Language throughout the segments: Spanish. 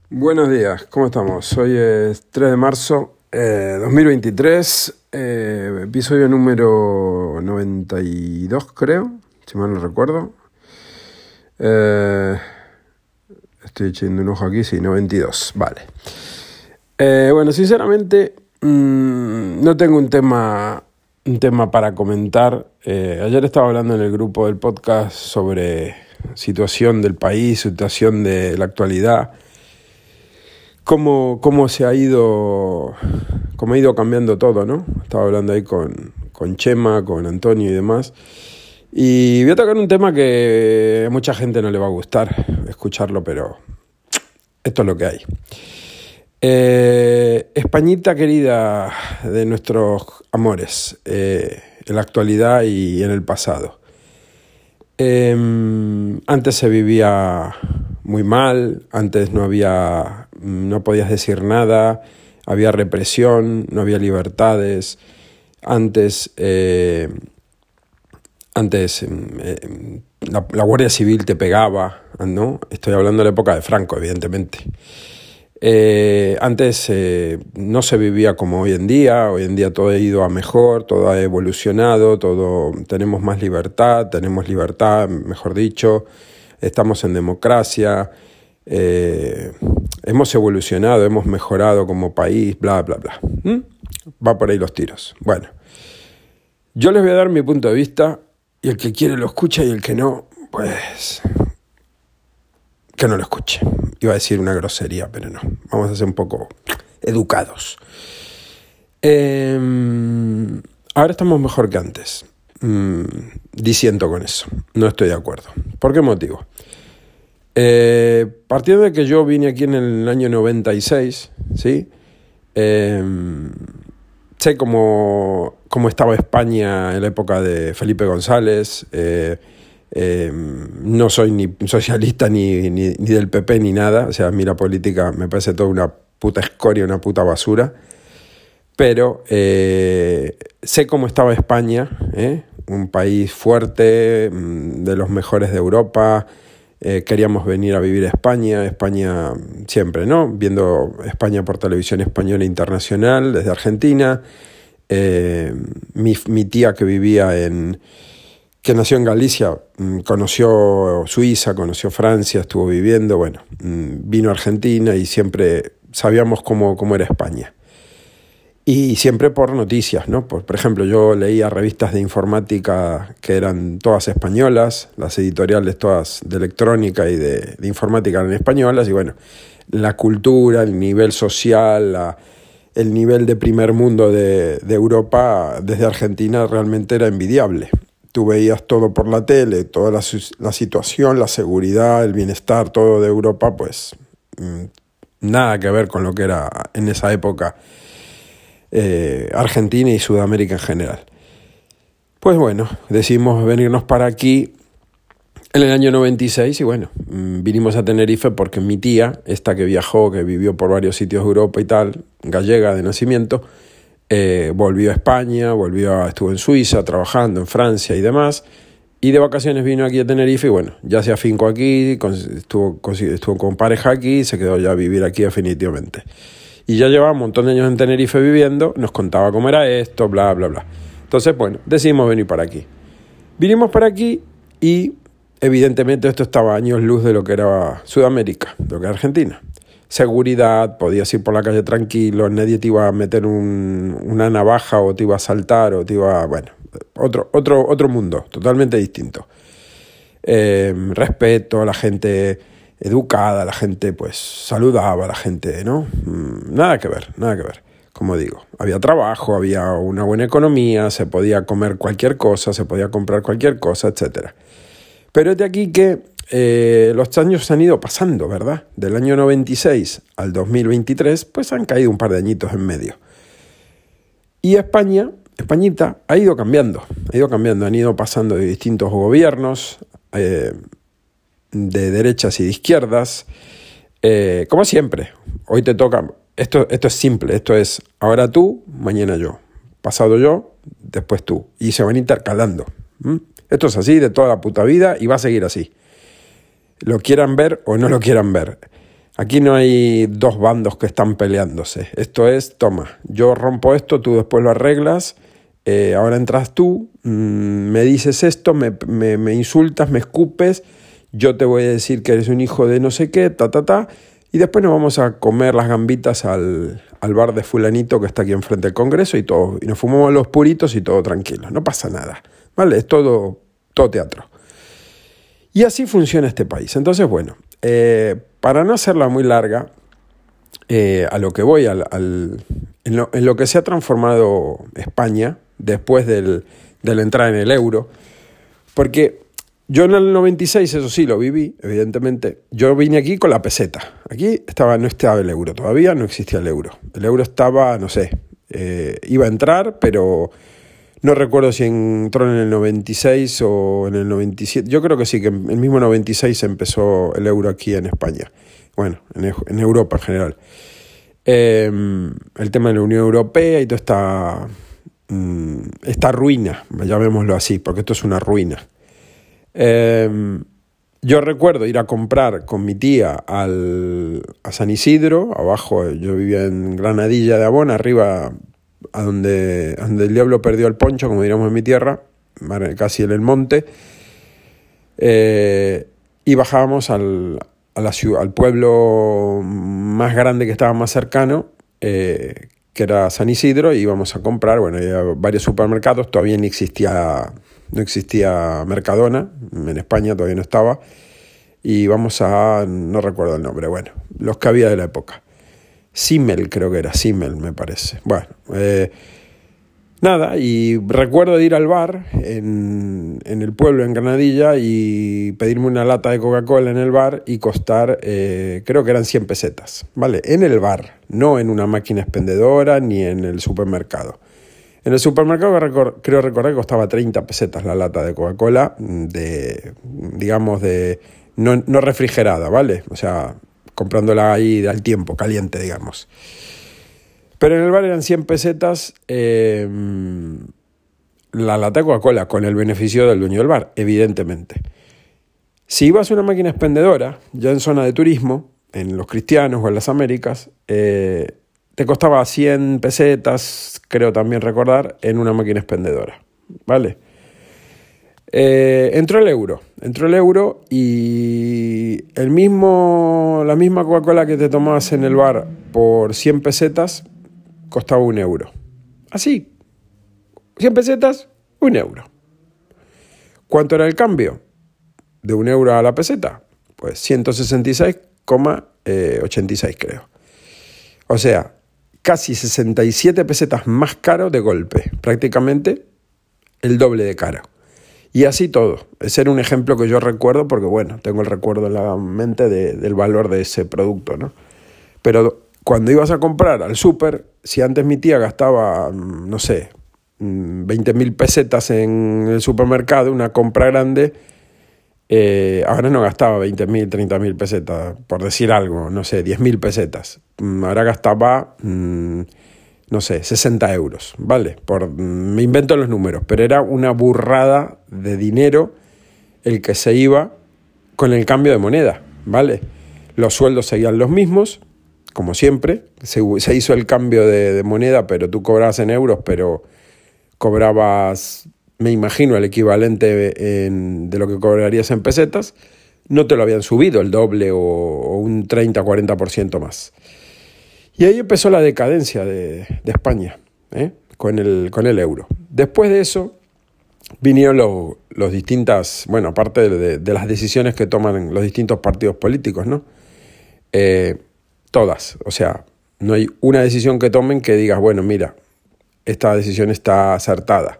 Buenos días, ¿cómo estamos? Hoy es 3 de marzo 2023, episodio número 92 creo, si mal no recuerdo. Estoy echando un ojo aquí, sí, 92, vale. Bueno, sinceramente no tengo un tema para comentar. Ayer estaba hablando en el grupo del podcast sobre situación del país, situación de la actualidad. Cómo ha ido cambiando todo, ¿no? Estaba hablando ahí con Chema, con Antonio y demás. Y voy a tocar un tema que a mucha gente no le va a gustar escucharlo, pero esto es lo que hay. Españita querida de nuestros amores, en la actualidad y en el pasado. Antes se vivía muy mal, antes no podías decir nada, había represión, no había libertades, antes la Guardia Civil te pegaba, ¿no? Estoy hablando de la época de Franco, evidentemente. Antes no se vivía como hoy en día todo ha ido a mejor, todo ha evolucionado, tenemos más libertad, mejor dicho, estamos en democracia, hemos evolucionado, hemos mejorado como país, bla, bla, bla. Va por ahí los tiros. Bueno, yo les voy a dar mi punto de vista y el que quiere lo escucha y el que no, pues que no lo escuche. Iba a decir una grosería, pero no. Vamos a ser un poco educados. Ahora estamos mejor que antes. Disiento con eso. No estoy de acuerdo. ¿Por qué motivo? Partiendo de que yo vine aquí en el año 96, ¿sí? Sé cómo estaba España en la época de Felipe González. No soy ni socialista ni del PP ni nada. O sea, a mí la política me parece toda una puta escoria, una puta basura. Pero sé cómo estaba España, un país fuerte, de los mejores de Europa. Queríamos venir a vivir a España siempre, ¿no? Viendo España por televisión española internacional desde Argentina. Mi tía que nació en Galicia, conoció Suiza, conoció Francia, estuvo viviendo, vino a Argentina y siempre sabíamos cómo era España. Y siempre por noticias, ¿no? Por ejemplo, yo leía revistas de informática que eran todas españolas, las editoriales todas de electrónica y de informática eran españolas, y la cultura, el nivel social, el nivel de primer mundo de Europa desde Argentina realmente era envidiable. Tú veías todo por la tele, toda la situación, la seguridad, el bienestar, todo de Europa, pues nada que ver con lo que era en esa época Argentina y Sudamérica en general. Pues decidimos venirnos para aquí en el año 96 y vinimos a Tenerife porque mi tía, esta que viajó, que vivió por varios sitios de Europa y tal, gallega de nacimiento, volvió a España, estuvo en Suiza trabajando, en Francia y demás, y de vacaciones vino aquí a Tenerife y ya se afincó aquí, estuvo con pareja aquí y se quedó ya a vivir aquí definitivamente. Y ya llevaba un montón de años en Tenerife viviendo, nos contaba cómo era esto, bla, bla, bla. Entonces, decidimos venir para aquí. Vinimos para aquí y evidentemente esto estaba a años luz de lo que era Sudamérica, de lo que era Argentina. Seguridad, podías ir por la calle tranquilo, nadie te iba a meter una navaja o te iba a asaltar o te iba otro mundo, totalmente distinto. Respeto, la gente educada, la gente pues saludaba, la gente, ¿no? Nada que ver. Como digo, había trabajo, había una buena economía, se podía comer cualquier cosa, se podía comprar cualquier cosa, etc. Pero es de aquí que los años han ido pasando, ¿verdad? Del año 96 al 2023, pues han caído un par de añitos en medio. Y Españita, ha ido cambiando, han ido pasando de distintos gobiernos, de derechas y de izquierdas, como siempre. Hoy te toca, esto es simple, esto es ahora tú, mañana yo, pasado yo, después tú, y se van intercalando. Esto es así de toda la puta vida y va a seguir así. Lo quieran ver o no lo quieran ver. Aquí no hay dos bandos que están peleándose. Esto es, toma, yo rompo esto, tú después lo arreglas, ahora entras tú, me dices esto, me insultas, me escupes, yo te voy a decir que eres un hijo de no sé qué, y después nos vamos a comer las gambitas al bar de fulanito que está aquí enfrente del Congreso y nos fumamos los puritos y todo tranquilo, no pasa nada, ¿vale? Es todo teatro. Y así funciona este país. Entonces, bueno, para no hacerla muy larga, a lo que voy, en lo que se ha transformado España después de la entrada en el euro, porque yo en el 96, eso sí, lo viví, evidentemente. Yo vine aquí con la peseta. Aquí no estaba el euro, todavía no existía el euro. El euro estaba, no sé, iba a entrar, pero no recuerdo si entró en el 96 o en el 97. Yo creo que sí, que en el mismo 96 empezó el euro aquí en España. Bueno, en Europa en general. El tema de la Unión Europea y toda esta ruina, llamémoslo así, porque esto es una ruina. Yo recuerdo ir a comprar con mi tía a San Isidro, abajo yo vivía en Granadilla de Abón, arriba a donde el diablo perdió el poncho, como diríamos en mi tierra, casi en el monte, y bajábamos al pueblo más grande que estaba más cercano, que era San Isidro, y íbamos a comprar, bueno, había varios supermercados, todavía no existía Mercadona, en España todavía no estaba, y no recuerdo el nombre, bueno, los que había de la época. Simmel, creo que era Simmel, me parece. Bueno, nada, y recuerdo ir al bar en el pueblo, en Granadilla, y pedirme una lata de Coca-Cola en el bar y costar, creo que eran 100 pesetas, ¿vale? En el bar, no en una máquina expendedora ni en el supermercado. En el supermercado creo recordar que costaba 30 pesetas la lata de Coca-Cola, digamos, no refrigerada, ¿vale? O sea, comprándola ahí al tiempo, caliente, digamos. Pero en el bar eran 100 pesetas la lata de Coca-Cola, con el beneficio del dueño del bar, evidentemente. Si ibas a una máquina expendedora, ya en zona de turismo, en Los Cristianos o en las Américas, te costaba 100 pesetas, creo también recordar, en una máquina expendedora, ¿vale? Entró el euro y la misma Coca-Cola que te tomabas en el bar por 100 pesetas costaba 1 euro. Así, 100 pesetas, 1 euro. ¿Cuánto era el cambio? De 1 euro a la peseta, pues 166,86 creo. O sea, casi 67 pesetas más caro de golpe, prácticamente el doble de caro. Y así todo. Ese era un ejemplo que yo recuerdo porque, bueno, tengo el recuerdo en la mente del valor de ese producto, ¿no? Pero cuando ibas a comprar al súper, si antes mi tía gastaba, no sé, 20.000 pesetas en el supermercado, una compra grande, ahora no gastaba 20.000, 30.000 pesetas, por decir algo, no sé, 10.000 pesetas. Ahora gastaba, no sé, 60 euros, ¿vale? Me invento los números, pero era una burrada de dinero el que se iba con el cambio de moneda, ¿vale? Los sueldos seguían los mismos, como siempre. Se hizo el cambio de moneda, pero tú cobrabas en euros, pero cobrabas, me imagino, el equivalente de lo que cobrarías en pesetas. No te lo habían subido el doble o un 30-40% más. Y ahí empezó la decadencia de España, con el euro. Después de eso vinieron los distintas, bueno, aparte de las decisiones que toman los distintos partidos políticos, ¿no? Todas, o sea, no hay una decisión que tomen que digas, bueno, mira, esta decisión está acertada.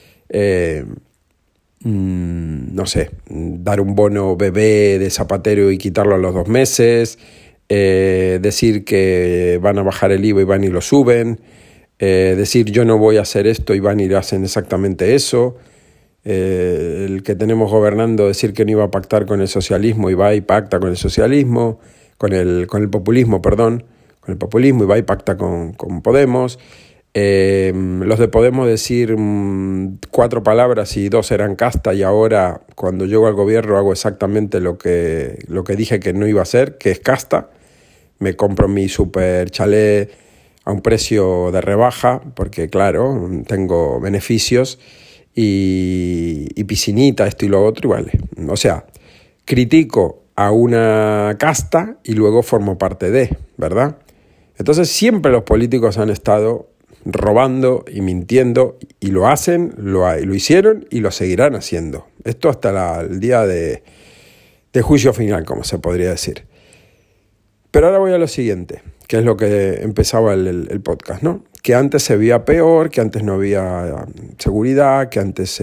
No sé, dar un bono bebé de Zapatero y quitarlo a los 2 meses, decir que van a bajar el IVA y van y lo suben, decir yo no voy a hacer esto y van y hacen exactamente eso, el que tenemos gobernando decir que no iba a pactar con el socialismo y va y pacta con el socialismo, con el populismo, perdón, con el populismo y va y pacta con Podemos. Los de Podemos decir 4 palabras y 2 eran casta, y ahora cuando llego al gobierno hago exactamente lo que dije que no iba a hacer, que es casta. me compro mi super chalet a un precio de rebaja, porque claro, tengo beneficios y piscinita, esto y lo otro, y vale. O sea, critico a una casta y luego formo parte de, ¿verdad? Entonces siempre los políticos han estado robando y mintiendo, y lo hacen, lo hicieron y lo seguirán haciendo. Esto hasta el día de juicio final, como se podría decir. Pero ahora voy a lo siguiente, que es lo que empezaba el podcast, ¿no? Que antes se veía peor, que antes no había seguridad, que antes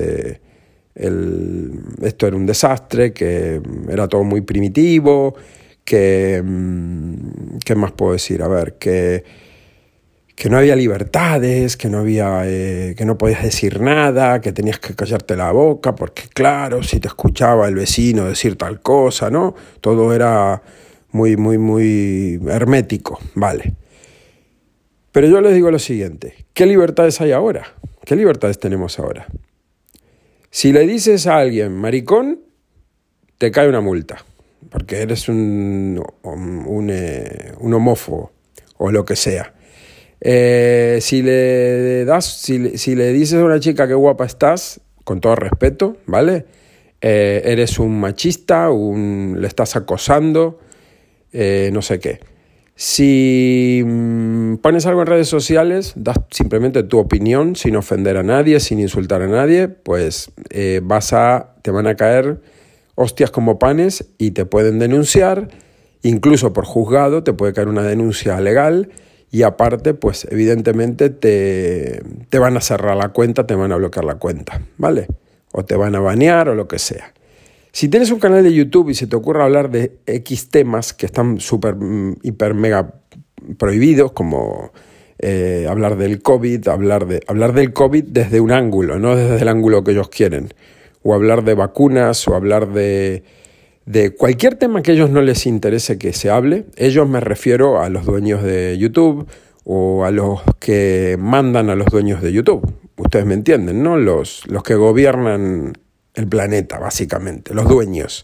esto era un desastre, que era todo muy primitivo, ¿qué más puedo decir? A ver, que no había libertades, que no podías decir nada, que tenías que callarte la boca, porque claro, si te escuchaba el vecino decir tal cosa, ¿no? Todo era muy, muy, muy hermético, vale. Pero yo les digo lo siguiente, ¿qué libertades hay ahora? ¿Qué libertades tenemos ahora? Si le dices a alguien maricón, te cae una multa, porque eres un homófobo o lo que sea. Si le dices a una chica qué guapa estás, con todo respeto, ¿vale? Eres un machista, le estás acosando, no sé qué. Si pones algo en redes sociales, das simplemente tu opinión sin ofender a nadie, sin insultar a nadie, pues te van a caer hostias como panes y te pueden denunciar, incluso por juzgado te puede caer una denuncia legal y aparte, pues evidentemente te van a cerrar la cuenta, te van a bloquear la cuenta, ¿vale? O te van a banear o lo que sea. Si tienes un canal de YouTube y se te ocurre hablar de X temas que están súper, hiper, mega prohibidos, como hablar del COVID, hablar del COVID desde un ángulo, no desde el ángulo que ellos quieren, o hablar de vacunas, o hablar de cualquier tema que a ellos no les interese que se hable. Ellos, me refiero a los dueños de YouTube o a los que mandan a los dueños de YouTube. Ustedes me entienden, ¿no? Los que gobiernan el planeta, básicamente, los dueños.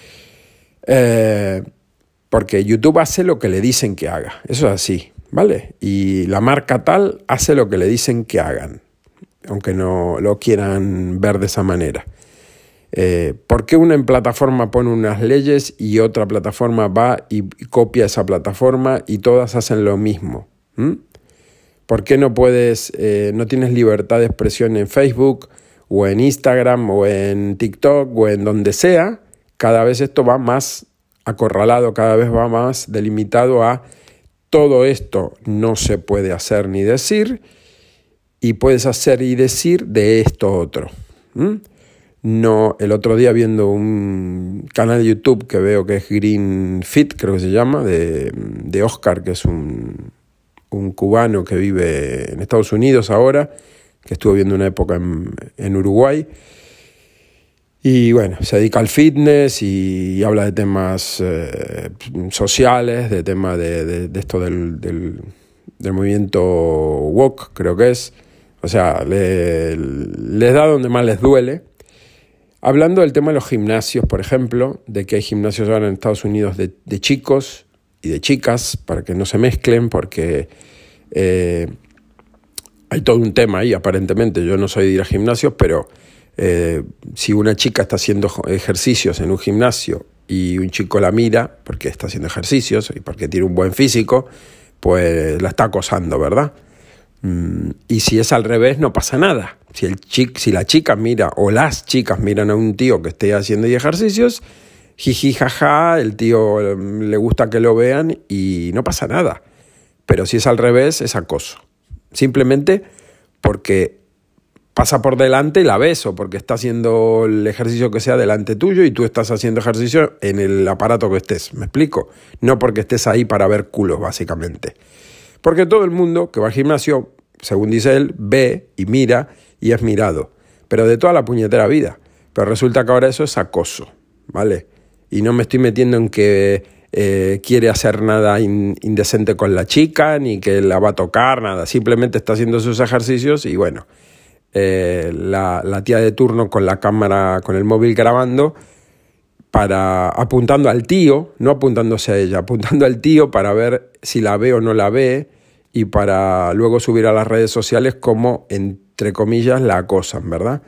Porque YouTube hace lo que le dicen que haga, eso es así, ¿vale? Y la marca tal hace lo que le dicen que hagan, aunque no lo quieran ver de esa manera. ¿Por qué una plataforma pone unas leyes y otra plataforma va y copia esa plataforma y todas hacen lo mismo? ¿Por qué no tienes libertad de expresión en Facebook o en Instagram o en TikTok o en donde sea? Cada vez esto va más acorralado, cada vez va más delimitado a todo esto no se puede hacer ni decir y puedes hacer y decir de esto otro. No, el otro día viendo un canal de YouTube que veo que es Green Fit, creo que se llama, de Oscar, que es un cubano que vive en Estados Unidos ahora, que estuvo viviendo una época en Uruguay. Y bueno, se dedica al fitness y habla de temas sociales, de temas de esto del movimiento woke, creo que es. O sea, les da donde más les duele. Hablando del tema de los gimnasios, por ejemplo, de que hay gimnasios ahora en Estados Unidos de chicos y de chicas, para que no se mezclen, porque hay todo un tema ahí, aparentemente. Yo no soy de ir a gimnasios, pero si una chica está haciendo ejercicios en un gimnasio y un chico la mira porque está haciendo ejercicios y porque tiene un buen físico, pues la está acosando, ¿verdad? Y si es al revés, no pasa nada. Si la chica mira o las chicas miran a un tío que esté haciendo ejercicios, jiji, jaja, el tío le gusta que lo vean y no pasa nada. Pero si es al revés, es acoso. Simplemente porque pasa por delante y la ves, o porque está haciendo el ejercicio que sea delante tuyo y tú estás haciendo ejercicio en el aparato que estés. ¿Me explico? No porque estés ahí para ver culos, básicamente. Porque todo el mundo que va al gimnasio, según dice él, ve y mira y es mirado. Pero de toda la puñetera vida. Pero resulta que ahora eso es acoso, ¿vale? Y no me estoy metiendo en que quiere hacer nada indecente con la chica, ni que la va a tocar, nada. Simplemente está haciendo sus ejercicios y bueno, la tía de turno con la cámara, con el móvil grabando, apuntando al tío, no apuntándose a ella, apuntando al tío para ver si la ve o no la ve y para luego subir a las redes sociales como, entre comillas, la acosan, ¿verdad?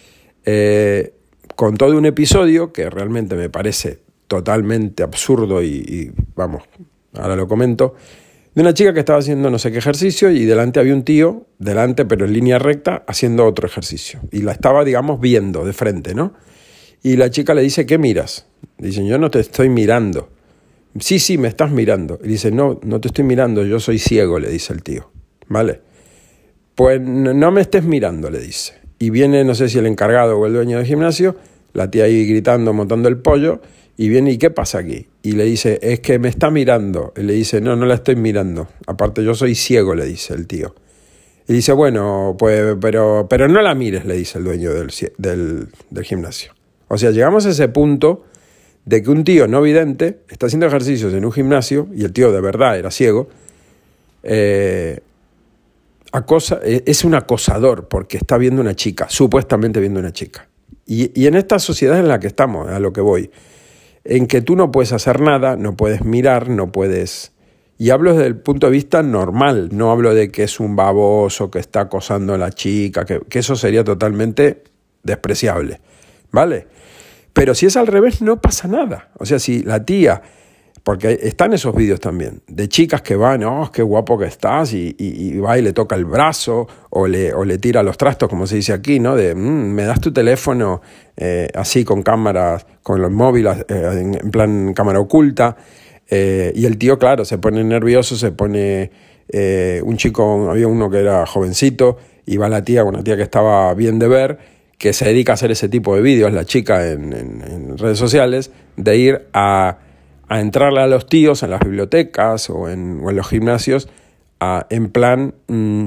Contó de un episodio que realmente me parece totalmente absurdo y vamos, ahora lo comento, de una chica que estaba haciendo no sé qué ejercicio y delante había un tío, delante pero en línea recta, haciendo otro ejercicio. Y la estaba, digamos, viendo de frente, ¿no? Y la chica le dice, ¿qué miras? Dice, yo no te estoy mirando. Sí, me estás mirando. Y dice, no te estoy mirando, yo soy ciego, le dice el tío. ¿Vale? Pues no me estés mirando, le dice. Y viene, no sé si el encargado o el dueño del gimnasio, la tía ahí gritando, montando el pollo, y viene, ¿y qué pasa aquí? Y le dice, es que me está mirando. Y le dice, no la estoy mirando. Aparte, yo soy ciego, le dice el tío. Y dice, bueno, pues, pero no la mires, le dice el dueño del gimnasio. O sea, llegamos a ese punto de que un tío no vidente está haciendo ejercicios en un gimnasio, y el tío de verdad era ciego, es un acosador porque está viendo una chica, supuestamente viendo una chica. Y en esta sociedad en la que estamos, a lo que voy, en que tú no puedes hacer nada, no puedes mirar, no puedes... Y hablo desde el punto de vista normal, no hablo de que es un baboso que está acosando a la chica, que eso sería totalmente despreciable, ¿vale? Pero si es al revés, no pasa nada. O sea, si la tía, porque están esos vídeos también, de chicas que van, oh, qué guapo que estás, y va y le toca el brazo, o le tira los trastos, como se dice aquí, ¿no? De, me das tu teléfono, así con cámaras, con los móviles, en plan cámara oculta, y el tío, claro, se pone nervioso, se pone, un chico, había uno que era jovencito, y va la tía, una tía que estaba bien de ver, que se dedica a hacer ese tipo de vídeos, la chica en redes sociales, de ir a entrarle a los tíos en las bibliotecas o en los gimnasios, en plan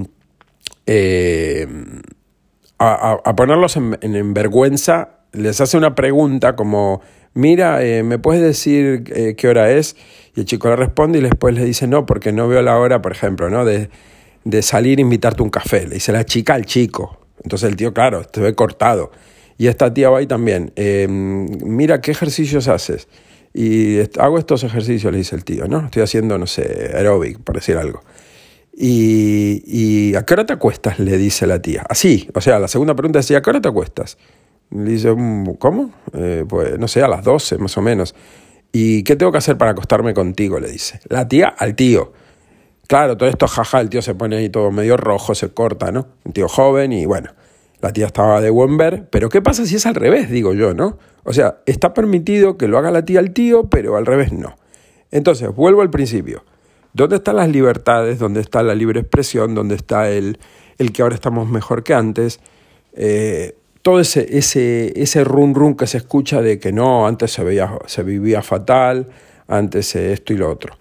a ponerlos en vergüenza. Les hace una pregunta como, mira, ¿me puedes decir qué hora es? Y el chico le responde y después le dice, no, porque no veo la hora, por ejemplo, ¿no? de salir e invitarte un café. Le dice la chica al chico. Entonces el tío, claro, te ve cortado. Y esta tía va ahí también. Mira, ¿qué ejercicios haces? Y hago estos ejercicios, le dice el tío, ¿no? Estoy haciendo, no sé, aeróbic, por decir algo. Y ¿a qué hora te acuestas? Le dice la tía. Así, o sea, la segunda pregunta es, ¿a qué hora te acuestas? Le dice, ¿cómo? Pues, no sé, a las 12 más o menos. ¿Y qué tengo que hacer para acostarme contigo? Le dice. La tía al tío. Claro, todo esto, jaja, el tío se pone ahí todo medio rojo, se corta, ¿no? Un tío joven y bueno, la tía estaba de buen ver, pero ¿qué pasa si es al revés, digo yo, ¿no? O sea, está permitido que lo haga la tía al tío, pero al revés no. Entonces, vuelvo al principio. ¿Dónde están las libertades? ¿Dónde está la libre expresión? ¿Dónde está el que ahora estamos mejor que antes? Todo ese rum que se escucha de que no, antes se vivía fatal, antes esto y lo otro.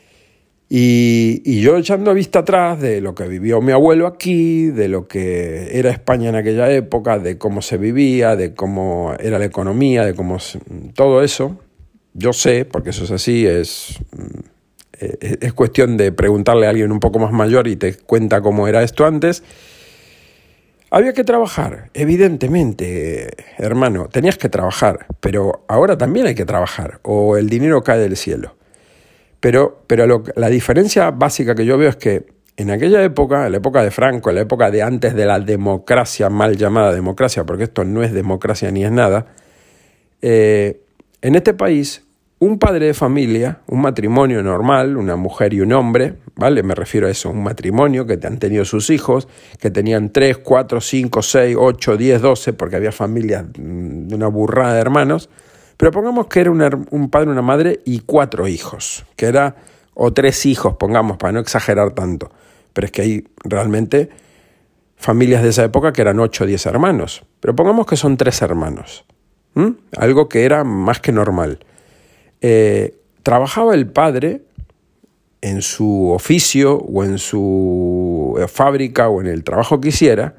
Y yo echando vista atrás de lo que vivió mi abuelo aquí, de lo que era España en aquella época, de cómo se vivía, de cómo era la economía, de cómo todo eso, yo sé, porque eso es así, es cuestión de preguntarle a alguien un poco más mayor y te cuenta cómo era esto antes. Había que trabajar, evidentemente, hermano, tenías que trabajar, pero ahora también hay que trabajar, o el dinero cae del cielo. Pero la diferencia básica que yo veo es que en aquella época, en la época de Franco, en la época de antes de la democracia, mal llamada democracia, porque esto no es democracia ni es nada, en este país, un padre de familia, un matrimonio normal, una mujer y un hombre, ¿vale? Me refiero a eso, un matrimonio que han tenido sus hijos, que tenían 3, 4, 5, 6, 8, 10, 12, porque había familias de una burrada de hermanos. Pero pongamos que era un padre, una madre y 4 hijos, o 3 hijos, pongamos, para no exagerar tanto. Pero es que hay realmente familias de esa época que eran 8 o 10 hermanos. Pero pongamos que son 3 hermanos, algo que era más que normal. Trabajaba el padre en su oficio o en su fábrica o en el trabajo que hiciera,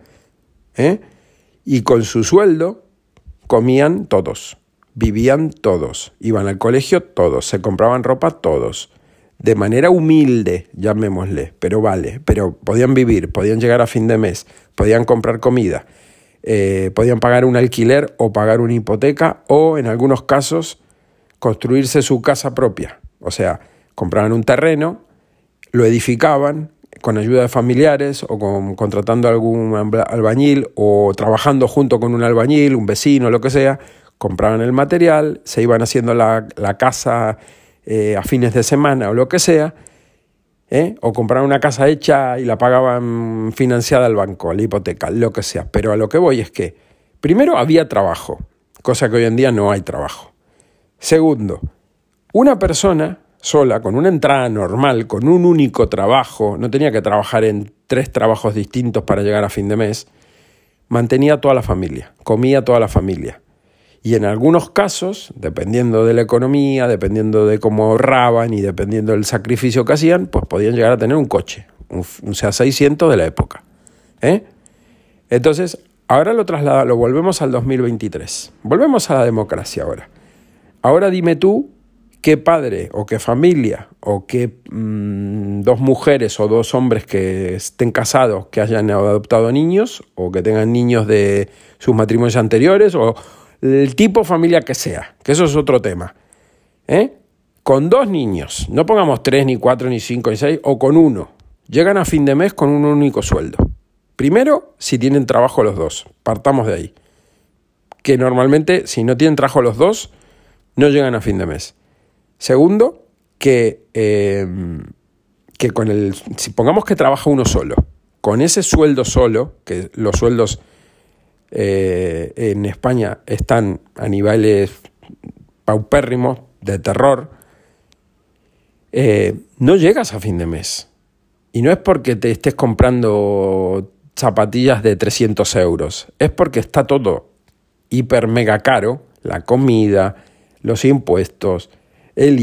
y con su sueldo comían todos. Vivían todos, iban al colegio todos, se compraban ropa todos, de manera humilde, llamémosle, pero vale, pero podían vivir, podían llegar a fin de mes, podían comprar comida. podían pagar un alquiler o pagar una hipoteca o, en algunos casos, construirse su casa propia. O sea, compraban un terreno, lo edificaban con ayuda de familiares o contratando a algún albañil o trabajando junto con un albañil, un vecino, lo que sea. Compraban el material, se iban haciendo la casa a fines de semana o lo que sea, o compraban una casa hecha y la pagaban financiada al banco, la hipoteca, lo que sea. Pero a lo que voy es que, primero, había trabajo, cosa que hoy en día no hay trabajo. Segundo, una persona sola, con una entrada normal, con un único trabajo, no tenía que trabajar en 3 trabajos distintos para llegar a fin de mes, mantenía a toda la familia, comía a toda la familia. Y en algunos casos, dependiendo de la economía, dependiendo de cómo ahorraban y dependiendo del sacrificio que hacían, pues podían llegar a tener un coche, un Seat 600 de la época. Entonces, ahora lo volvemos al 2023. Volvemos a la democracia ahora. Ahora dime tú qué padre o qué familia o qué 2 mujeres o 2 hombres que estén casados, que hayan adoptado niños o que tengan niños de sus matrimonios anteriores o el tipo de familia que sea, que eso es otro tema, con 2 niños, no pongamos 3, ni 4, ni 5, ni 6, o con 1, llegan a fin de mes con un único sueldo. Primero, si tienen trabajo los 2, partamos de ahí, que normalmente si no tienen trabajo los 2, no llegan a fin de mes. Segundo, que si pongamos que trabaja uno solo, con ese sueldo solo, que los sueldos en España están a niveles paupérrimos, de terror, no llegas a fin de mes. Y no es porque te estés comprando zapatillas de 300 euros, es porque está todo hiper mega caro, la comida, los impuestos, el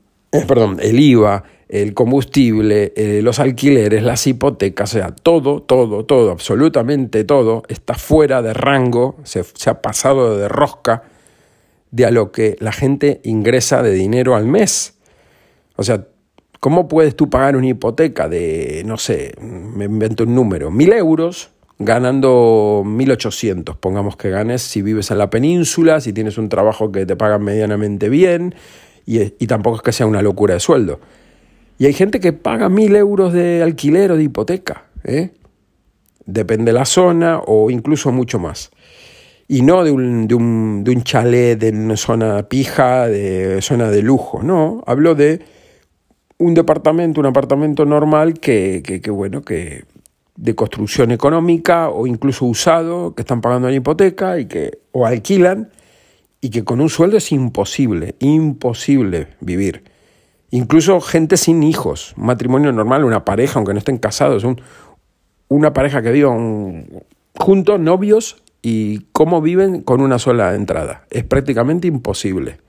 IVA, el combustible, los alquileres, las hipotecas, o sea, todo, absolutamente todo está fuera de rango, se ha pasado de rosca de a lo que la gente ingresa de dinero al mes. O sea, ¿cómo puedes tú pagar una hipoteca de, no sé, me invento un número, 1.000 euros, ganando 1.800, pongamos que ganes si vives en la península, si tienes un trabajo que te pagan medianamente bien, y tampoco es que sea una locura de sueldo. Y hay gente que paga 1.000 euros de alquiler o de hipoteca, depende de la zona o incluso mucho más. Y no de un chalet de una zona pija, de zona de lujo, no, hablo de un apartamento normal que de construcción económica o incluso usado, que están pagando la hipoteca o alquilan, y que con un sueldo es imposible vivir. Incluso gente sin hijos, un matrimonio normal, una pareja, aunque no estén casados, una pareja que vivan juntos, novios, y cómo viven con una sola entrada. Es prácticamente imposible.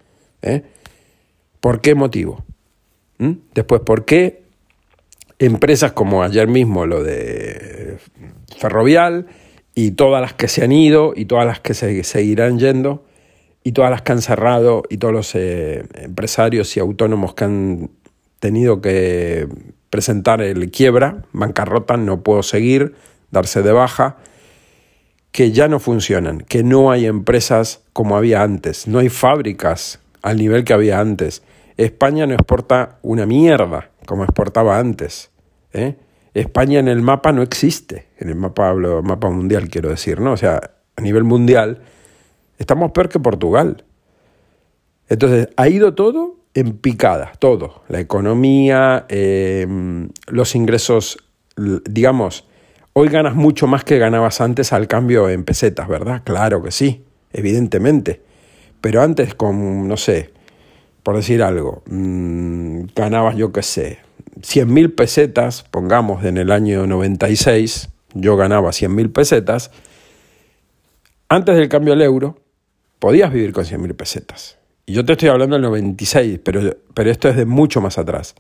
¿Por qué motivo? Después, ¿por qué empresas como ayer mismo lo de Ferrovial y todas las que se han ido y todas las que se seguirán yendo y todas las que han cerrado y todos los empresarios y autónomos que han tenido que presentar el quiebra, bancarrota, no puedo seguir, darse de baja, que ya no funcionan, que no hay empresas como había antes, no hay fábricas al nivel que había antes. España no exporta una mierda como exportaba antes. España en el mapa no existe, en el mapa mundial quiero decir, ¿no? O sea, a nivel mundial estamos peor que Portugal. Entonces, ha ido todo en picada, todo. La economía, los ingresos, digamos, hoy ganas mucho más que ganabas antes al cambio en pesetas, ¿verdad? Claro que sí, evidentemente. Pero antes con, no sé, por decir algo, ganabas, yo qué sé, 100.000 pesetas, pongamos, en el año 96, yo ganaba 100.000 pesetas. Antes del cambio al euro, podías vivir con 100.000 pesetas. Y yo te estoy hablando del 96, pero esto es de mucho más atrás.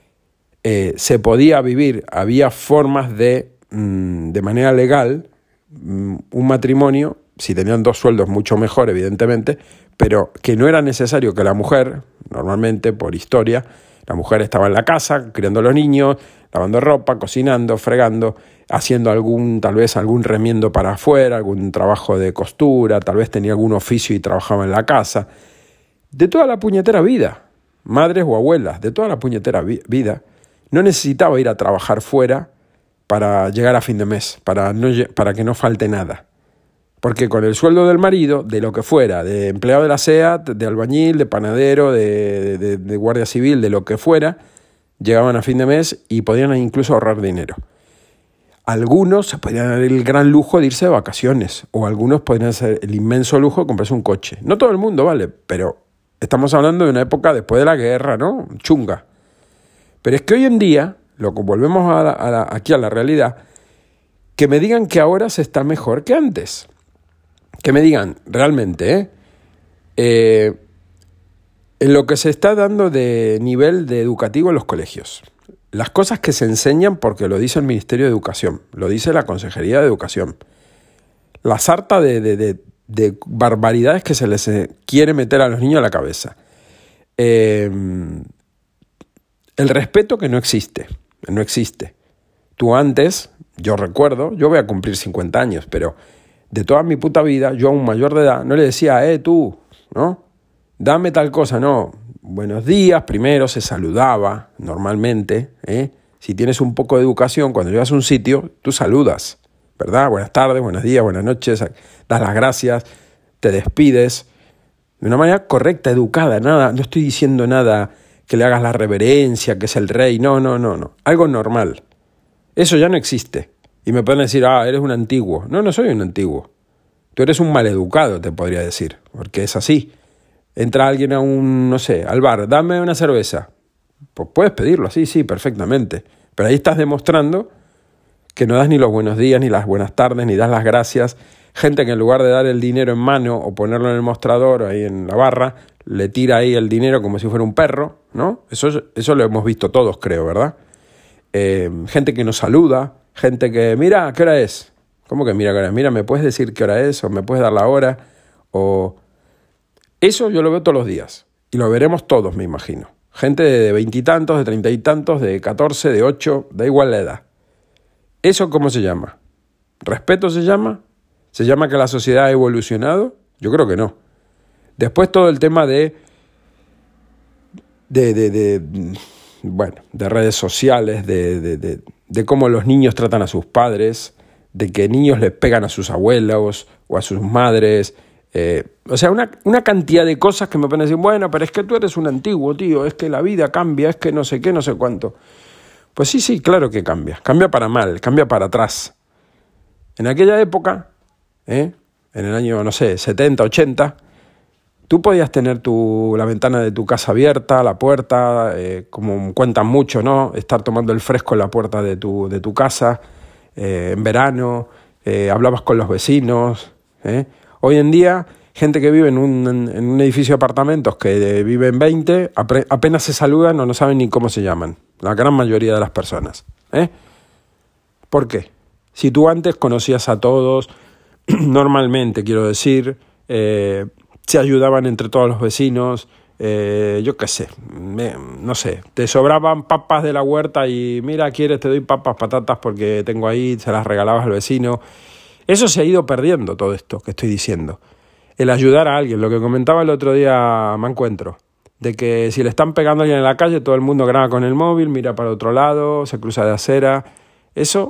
Se podía vivir, había formas de manera legal, un matrimonio, si tenían 2 sueldos, mucho mejor, evidentemente, pero que no era necesario que la mujer, normalmente, por historia, La mujer estaba en la casa, criando a los niños, lavando ropa, cocinando, fregando, haciendo tal vez algún remiendo para afuera, algún trabajo de costura, tal vez tenía algún oficio y trabajaba en la casa. De toda la puñetera vida, madres o abuelas, de toda la puñetera vida, no necesitaba ir a trabajar fuera para llegar a fin de mes, para que no falte nada. Porque con el sueldo del marido, de lo que fuera, de empleado de la SEAT, de albañil, de panadero, de guardia civil, de lo que fuera, llegaban a fin de mes y podían incluso ahorrar dinero. Algunos se podían dar el gran lujo de irse de vacaciones, o algunos podían hacer el inmenso lujo de comprarse un coche. No todo el mundo, ¿vale? Pero estamos hablando de una época después de la guerra, ¿no? Chunga. Pero es que hoy en día, volvemos aquí a la realidad, que me digan que ahora se está mejor que antes. Que me digan realmente, en lo que se está dando de nivel de educativo en los colegios. Las cosas que se enseñan porque lo dice el Ministerio de Educación, lo dice la Consejería de Educación. La sarta de barbaridades que se les quiere meter a los niños a la cabeza. El respeto que no existe. Tú antes, yo recuerdo, yo voy a cumplir 50 años, pero de toda mi puta vida, yo a un mayor de edad no le decía, tú, ¿no? Dame tal cosa, no. Buenos días, primero se saludaba normalmente, Si tienes un poco de educación, cuando llegas a un sitio, tú saludas, ¿verdad? Buenas tardes, buenos días, buenas noches, das las gracias, te despides de una manera correcta, educada, nada, no estoy diciendo nada que le hagas la reverencia, que es el rey, no, algo normal. Eso ya no existe. Y me pueden decir, eres un antiguo. No soy un antiguo. Tú eres un maleducado, te podría decir, porque es así. Entra alguien a al bar, dame una cerveza. Pues puedes pedirlo, sí, perfectamente. Pero ahí estás demostrando que no das ni los buenos días, ni las buenas tardes, ni das las gracias. Gente que en lugar de dar el dinero en mano o ponerlo en el mostrador o ahí en la barra, le tira ahí el dinero como si fuera un perro, ¿no? Eso lo hemos visto todos, creo, ¿verdad? Gente que nos saluda. Gente que, mira, ¿qué hora es? ¿Cómo que mira qué hora es? Mira, ¿me puedes decir qué hora es? ¿O me puedes dar la hora? Eso yo lo veo todos los días. Y lo veremos todos, me imagino. Gente de 20 y tantos, de 30 y tantos, de 14, de 8, da igual la edad. ¿Eso cómo se llama? ¿Respeto se llama? ¿Se llama que la sociedad ha evolucionado? Yo creo que no. Después todo el tema de redes sociales, de cómo los niños tratan a sus padres, de que niños les pegan a sus abuelos o a sus madres. Una cantidad de cosas que me pueden decir, bueno, pero es que tú eres un antiguo, tío, es que la vida cambia, es que no sé qué, no sé cuánto. Pues sí, claro que cambia para mal, cambia para atrás. En aquella época, en el año, 70, 80, tú podías tener la ventana de tu casa abierta, la puerta, como cuentan mucho, ¿no? Estar tomando el fresco en la puerta de tu casa, en verano, hablabas con los vecinos. Hoy en día, gente que vive en un edificio de apartamentos que viven 20, apenas se saludan o no saben ni cómo se llaman, la gran mayoría de las personas. ¿Por qué? Si tú antes conocías a todos, normalmente, quiero decir, se ayudaban entre todos los vecinos, yo qué sé, no sé, te sobraban papas de la huerta y mira, quieres, te doy papas, patatas porque tengo ahí, se las regalabas al vecino. Eso se ha ido perdiendo, todo esto que estoy diciendo. El ayudar a alguien, lo que comentaba el otro día me encuentro, de que si le están pegando a alguien en la calle, todo el mundo graba con el móvil, mira para otro lado, se cruza de acera. Eso,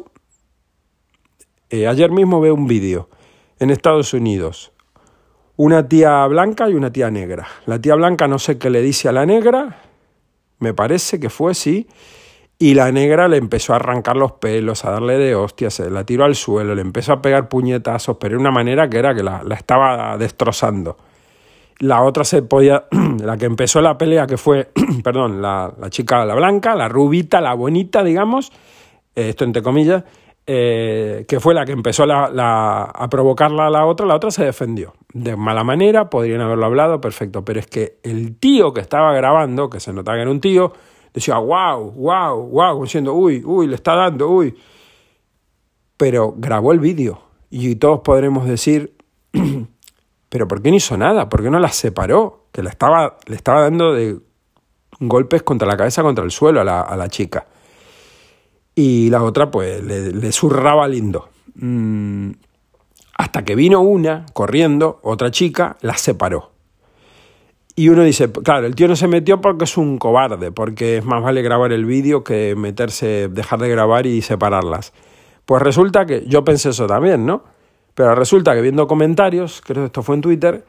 ayer mismo veo un vídeo en Estados Unidos. Una tía blanca y una tía negra. La tía blanca no sé qué le dice a la negra, me parece que fue, sí, y la negra le empezó a arrancar los pelos, a darle de hostias, se la tiró al suelo, le empezó a pegar puñetazos, pero de una manera que era que la estaba destrozando. La otra la que empezó la pelea, que fue, perdón, la chica, la blanca, la rubita, la bonita, digamos, esto entre comillas, que fue la que empezó a provocarla a la otra se defendió. De mala manera, podrían haberlo hablado, perfecto, pero es que el tío que estaba grabando, que se notaba que era un tío, decía, wow, diciendo, uy, le está dando, uy. Pero grabó el vídeo y todos podremos decir, pero ¿por qué no hizo nada? ¿Por qué no las separó? Que le estaba dando de golpes contra la cabeza, contra el suelo a la chica. Y la otra pues le zurraba lindo. Hasta que vino una corriendo, otra chica, la separó. Y uno dice, claro, el tío no se metió porque es un cobarde, porque es más vale grabar el vídeo que dejar de grabar y separarlas. Pues resulta que, yo pensé eso también, ¿no? Pero resulta que viendo comentarios, creo que esto fue en Twitter,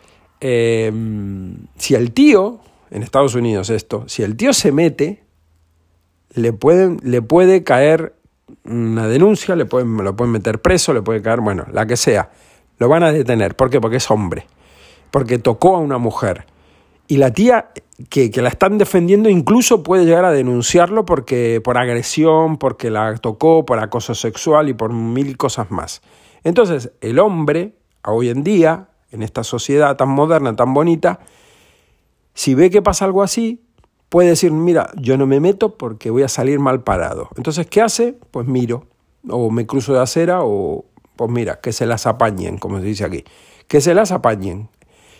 si el tío, en Estados Unidos si el tío se mete, le puede caer una denuncia, lo pueden meter preso, le puede caer, bueno, la que sea. Lo van a detener. ¿Por qué? Porque es hombre. Porque tocó a una mujer. Y la tía que la están defendiendo incluso puede llegar a denunciarlo por agresión, porque la tocó, por acoso sexual y por 1000 cosas más. Entonces, el hombre, hoy en día, en esta sociedad tan moderna, tan bonita, si ve que pasa algo así, puede decir, mira, yo no me meto porque voy a salir mal parado. Entonces, ¿qué hace? Pues miro, o me cruzo de acera, o pues mira, que se las apañen, como se dice aquí. Que se las apañen.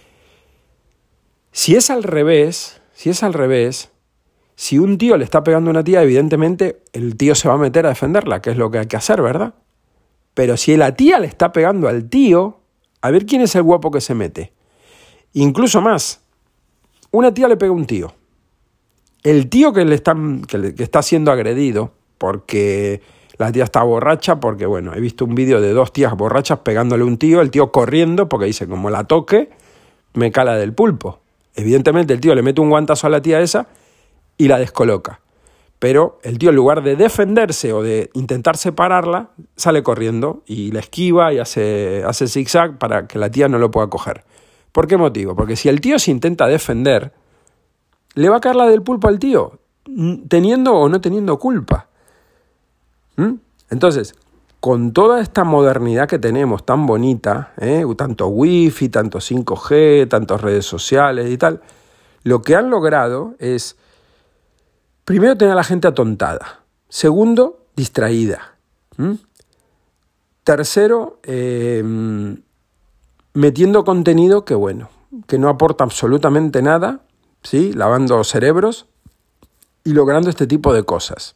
Si es al revés, si un tío le está pegando a una tía, evidentemente el tío se va a meter a defenderla, que es lo que hay que hacer, ¿verdad? Pero si la tía le está pegando al tío, a ver quién es el guapo que se mete. Incluso más, una tía le pega a un tío. El tío que está siendo agredido, porque la tía está borracha, porque bueno, he visto un vídeo de 2 tías borrachas pegándole a un tío, el tío corriendo, porque dice, como la toque, me cala del pulpo. Evidentemente el tío le mete un guantazo a la tía esa y la descoloca. Pero el tío, en lugar de defenderse o de intentar separarla, sale corriendo y la esquiva y hace zigzag para que la tía no lo pueda coger. ¿Por qué motivo? Porque si el tío se intenta defender, le va a caer la del pulpo al tío, teniendo o no teniendo culpa. Entonces, con toda esta modernidad que tenemos tan bonita, tanto wifi, tanto 5G, tantas redes sociales y tal, lo que han logrado es, primero, tener a la gente atontada. Segundo, distraída. Tercero, metiendo contenido que no aporta absolutamente nada, ¿sí? Lavando cerebros y logrando este tipo de cosas.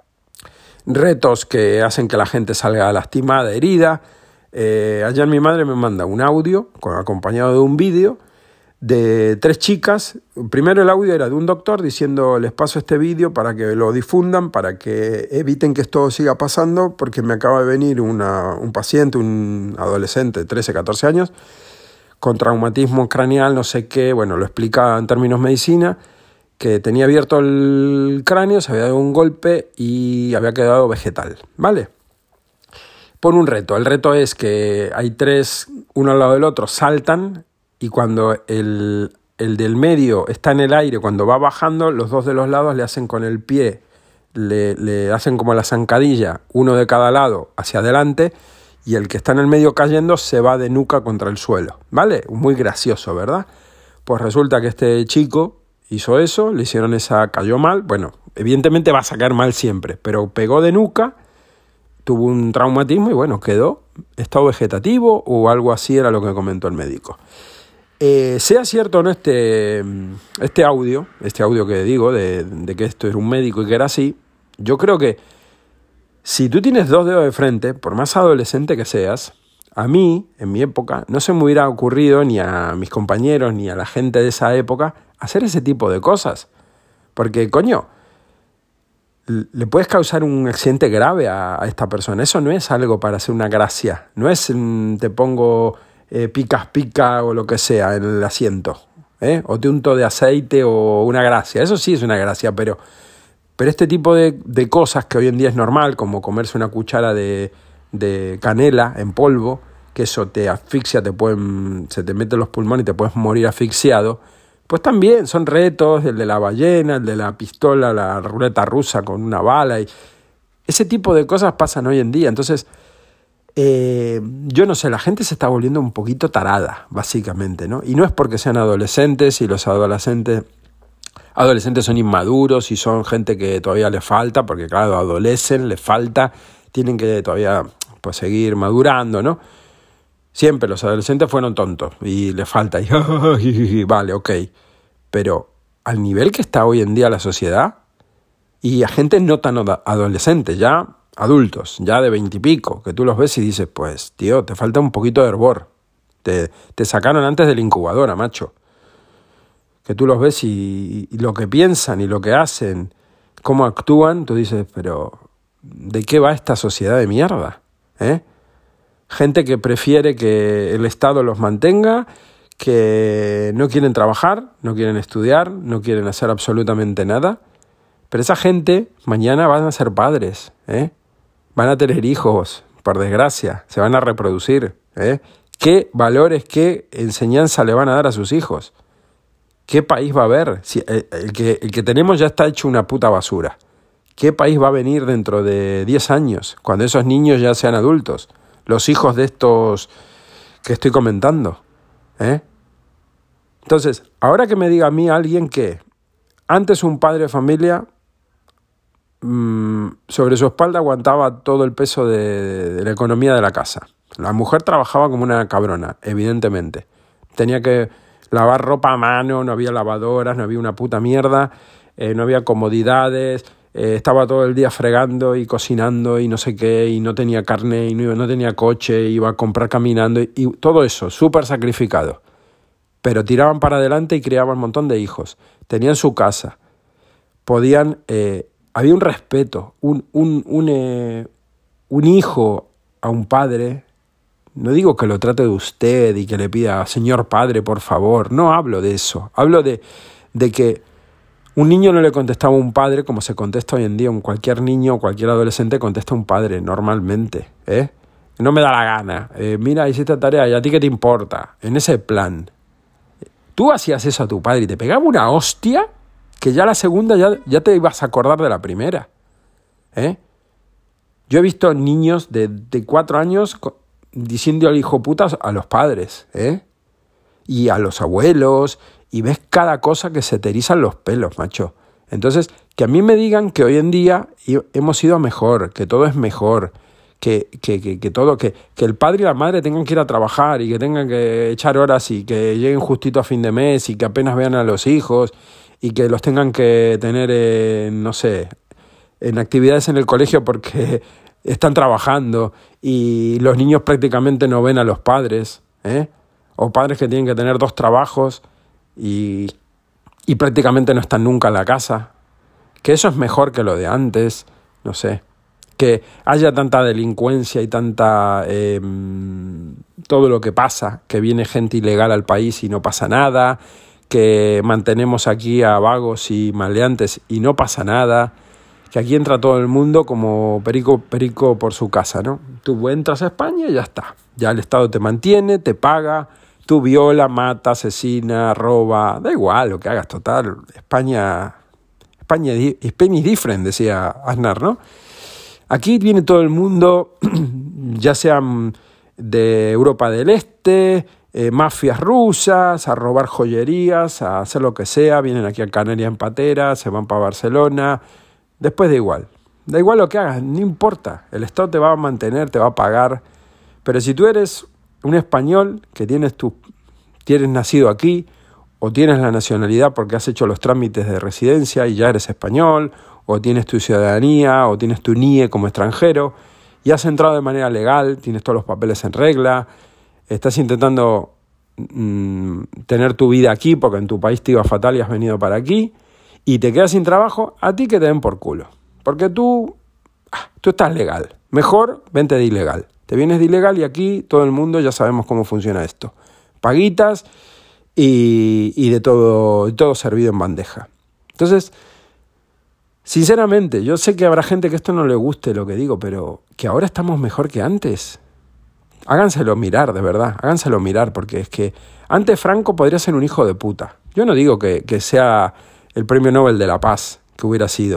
Retos que hacen que la gente salga lastimada, herida. Ayer mi madre me manda un audio acompañado de un vídeo de 3 chicas. Primero el audio era de un doctor diciendo, les paso este vídeo para que lo difundan, para que eviten que esto siga pasando, porque me acaba de venir un paciente, un adolescente de 13, 14 años, con traumatismo craneal, no sé qué, bueno, lo explica en términos medicina, que tenía abierto el cráneo, se había dado un golpe y había quedado vegetal, ¿vale? Por un reto. El reto es que hay 3, uno al lado del otro, saltan, y cuando el del medio está en el aire, cuando va bajando, los 2 de los lados le hacen con el pie, le hacen como la zancadilla, uno de cada lado hacia adelante, y el que está en el medio cayendo se va de nuca contra el suelo, ¿vale? Muy gracioso, ¿verdad? Pues resulta que este chico hizo eso, le hicieron cayó mal, bueno, evidentemente va a sacar mal siempre, pero pegó de nuca, tuvo un traumatismo y bueno, quedó estado vegetativo o algo así, era lo que comentó el médico. Sea cierto o no este audio que digo, de que esto era un médico y que era así, yo creo que si tú tienes 2 dedos de frente, por más adolescente que seas, a mí, en mi época, no se me hubiera ocurrido ni a mis compañeros ni a la gente de esa época hacer ese tipo de cosas. Porque, coño, le puedes causar un accidente grave a esta persona. Eso no es algo para hacer una gracia. No es te pongo pica o lo que sea en el asiento, o te unto de aceite o una gracia. Eso sí es una gracia, pero este tipo de cosas que hoy en día es normal, como comerse una cuchara de canela en polvo, que eso te asfixia, se te mete en los pulmones y te puedes morir asfixiado, pues también son retos, el de la ballena, el de la pistola, la ruleta rusa con una bala, y ese tipo de cosas pasan hoy en día. Entonces, yo no sé, la gente se está volviendo un poquito tarada, básicamente, ¿no? Y no es porque sean adolescentes, y los adolescentes son inmaduros y son gente que todavía le falta, porque claro, adolecen, les falta, tienen que todavía pues seguir madurando, ¿no? Siempre los adolescentes fueron tontos y les falta, y vale, ok, pero al nivel que está hoy en día la sociedad, y a gente no tan adolescente, ya adultos, ya de 20 y pico, que tú los ves y dices, pues, tío, te falta un poquito de hervor. Te sacaron antes de la incubadora, macho. Que tú los ves y lo que piensan y lo que hacen, cómo actúan, tú dices, pero ¿de qué va esta sociedad de mierda? Gente que prefiere que el Estado los mantenga, que no quieren trabajar, no quieren estudiar, no quieren hacer absolutamente nada. Pero esa gente mañana van a ser padres, van a tener hijos, por desgracia, se van a reproducir. ¿Qué valores, qué enseñanza le van a dar a sus hijos? ¿Qué país va a haber? Si el que tenemos ya está hecho una puta basura. ¿Qué país va a venir dentro de 10 años, cuando esos niños ya sean adultos? Los hijos de estos que estoy comentando. Entonces, ahora que me diga a mí alguien que antes un padre de familia sobre su espalda aguantaba todo el peso de la economía de la casa. La mujer trabajaba como una cabrona, evidentemente. Tenía que lavar ropa a mano, no había lavadoras, no había una puta mierda, no había comodidades, estaba todo el día fregando y cocinando y no sé qué, y no tenía carne, y no tenía coche, iba a comprar caminando, y todo eso, súper sacrificado. Pero tiraban para adelante y criaban un montón de hijos. Tenían su casa. Podían... había un respeto. Un hijo a un padre... No digo que lo trate de usted y que le pida, señor padre, por favor. No hablo de eso. Hablo de que un niño no le contestaba a un padre como se contesta hoy en día. Cualquier niño o cualquier adolescente contesta a un padre normalmente. No me da la gana. Mira, hiciste tarea y a ti qué te importa. En ese plan. Tú hacías eso a tu padre y te pegaba una hostia que ya la segunda ya te ibas a acordar de la primera. Yo he visto niños de 4 años... diciendo al hijo puta a los padres, y a los abuelos, y ves cada cosa que se te erizan los pelos, macho. Entonces, que a mí me digan que hoy en día hemos ido a mejor, que todo es mejor, que el padre y la madre tengan que ir a trabajar y que tengan que echar horas y que lleguen justito a fin de mes y que apenas vean a los hijos y que los tengan que tener, no sé, en actividades en el colegio porque... están trabajando y los niños prácticamente no ven a los padres, o padres que tienen que tener 2 trabajos y prácticamente no están nunca en la casa, que eso es mejor que lo de antes, no sé, que haya tanta delincuencia y tanta todo lo que pasa, que viene gente ilegal al país y no pasa nada, que mantenemos aquí a vagos y maleantes y no pasa nada, que aquí entra todo el mundo como perico por su casa, ¿no? Tú entras a España y ya está. Ya el Estado te mantiene, te paga, tú viola, mata, asesina, roba, da igual lo que hagas, total. España is different, decía Aznar, ¿no? Aquí viene todo el mundo, ya sean de Europa del Este, mafias rusas, a robar joyerías, a hacer lo que sea, vienen aquí a Canarias en patera, se van para Barcelona... Después da igual lo que hagas, no importa, el Estado te va a mantener, te va a pagar, pero si tú eres un español que tienes nacido aquí, o tienes la nacionalidad porque has hecho los trámites de residencia y ya eres español, o tienes tu ciudadanía, o tienes tu NIE como extranjero, y has entrado de manera legal, tienes todos los papeles en regla, estás intentando tener tu vida aquí porque en tu país te iba fatal y has venido para aquí, y te quedas sin trabajo, a ti que te den por culo. Porque tú estás legal. Mejor vente de ilegal. Te vienes de ilegal y aquí todo el mundo ya sabemos cómo funciona esto. Paguitas y de todo servido en bandeja. Entonces, sinceramente, yo sé que habrá gente que esto no le guste lo que digo, pero que ahora estamos mejor que antes. Háganselo mirar, de verdad. Háganselo mirar, porque es que antes Franco podría ser un hijo de puta. Yo no digo que sea... el premio Nobel de la Paz, que hubiera sido.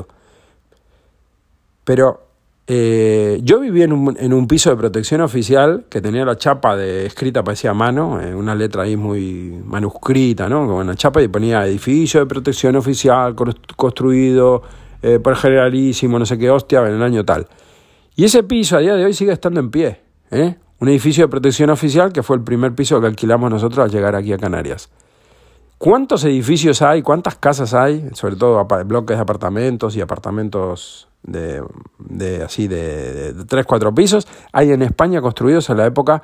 Pero yo vivía en un piso de protección oficial que tenía la chapa escrita, parecía a mano, una letra ahí muy manuscrita, ¿no? Con una chapa y ponía edificio de protección oficial construido por el generalísimo, no sé qué hostia, en el año tal. Y ese piso a día de hoy sigue estando en pie, Un edificio de protección oficial que fue el primer piso que alquilamos nosotros al llegar aquí a Canarias. ¿Cuántos edificios hay? ¿Cuántas casas hay? Sobre todo bloques de apartamentos y apartamentos de 3, 4 pisos. Hay en España construidos en la época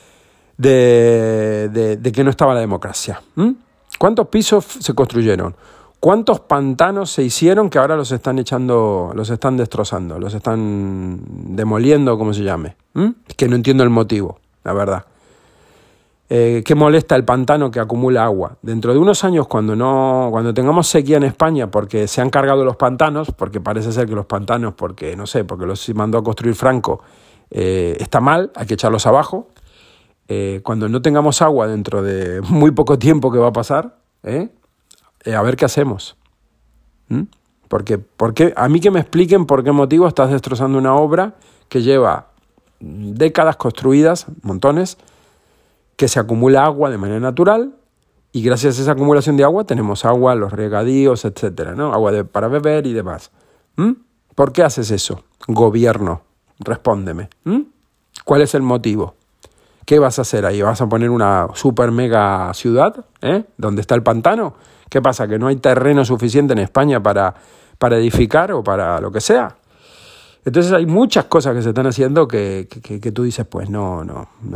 de que no estaba la democracia. ¿Cuántos pisos se construyeron? ¿Cuántos pantanos se hicieron que ahora los están destrozando, los están demoliendo, como se llame? Que no entiendo el motivo, la verdad. ¿Qué molesta el pantano que acumula agua? Dentro de unos años, cuando tengamos sequía en España porque se han cargado los pantanos, porque parece ser que los pantanos, porque los mandó a construir Franco, está mal, hay que echarlos abajo. Cuando no tengamos agua dentro de muy poco tiempo que va a pasar, a ver qué hacemos. Porque a mí que me expliquen por qué motivo estás destrozando una obra que lleva décadas construidas, montones, que se acumula agua de manera natural y gracias a esa acumulación de agua tenemos agua, los regadíos, etcétera, ¿no? Agua para beber y demás. ¿Por qué haces eso? Gobierno, respóndeme. ¿Cuál es el motivo? ¿Qué vas a hacer ahí? ¿Vas a poner una super mega ciudad? ¿Donde está el pantano? ¿Qué pasa? ¿Que no hay terreno suficiente en España para edificar o para lo que sea? Entonces hay muchas cosas que se están haciendo que tú dices, pues no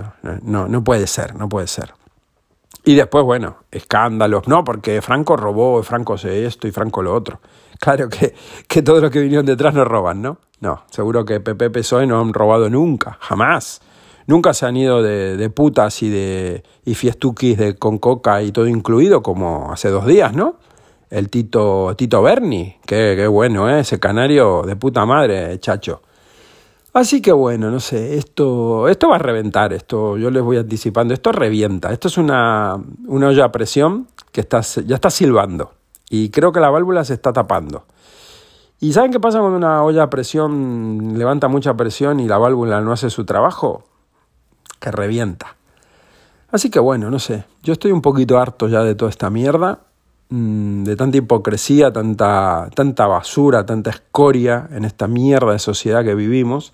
puede ser, no puede ser. Y después, bueno, escándalos, no, porque Franco robó, Franco hace esto y Franco lo otro. Claro que todos los que vinieron detrás no roban, ¿no? No, seguro que PP, PSOE no han robado nunca, jamás. Nunca se han ido de putas y fiestuquis con coca y todo incluido, como hace 2 días, ¿no? El Tito Berni, qué bueno, ese canario de puta madre, chacho. Así que bueno, no sé, esto va a reventar, esto yo les voy anticipando, esto revienta, esto es una olla a presión que ya está silbando y creo que la válvula se está tapando. ¿Y saben qué pasa cuando una olla a presión levanta mucha presión y la válvula no hace su trabajo? Que revienta. Así que bueno, no sé, yo estoy un poquito harto ya de toda esta mierda, de tanta hipocresía, tanta basura, tanta escoria en esta mierda de sociedad que vivimos,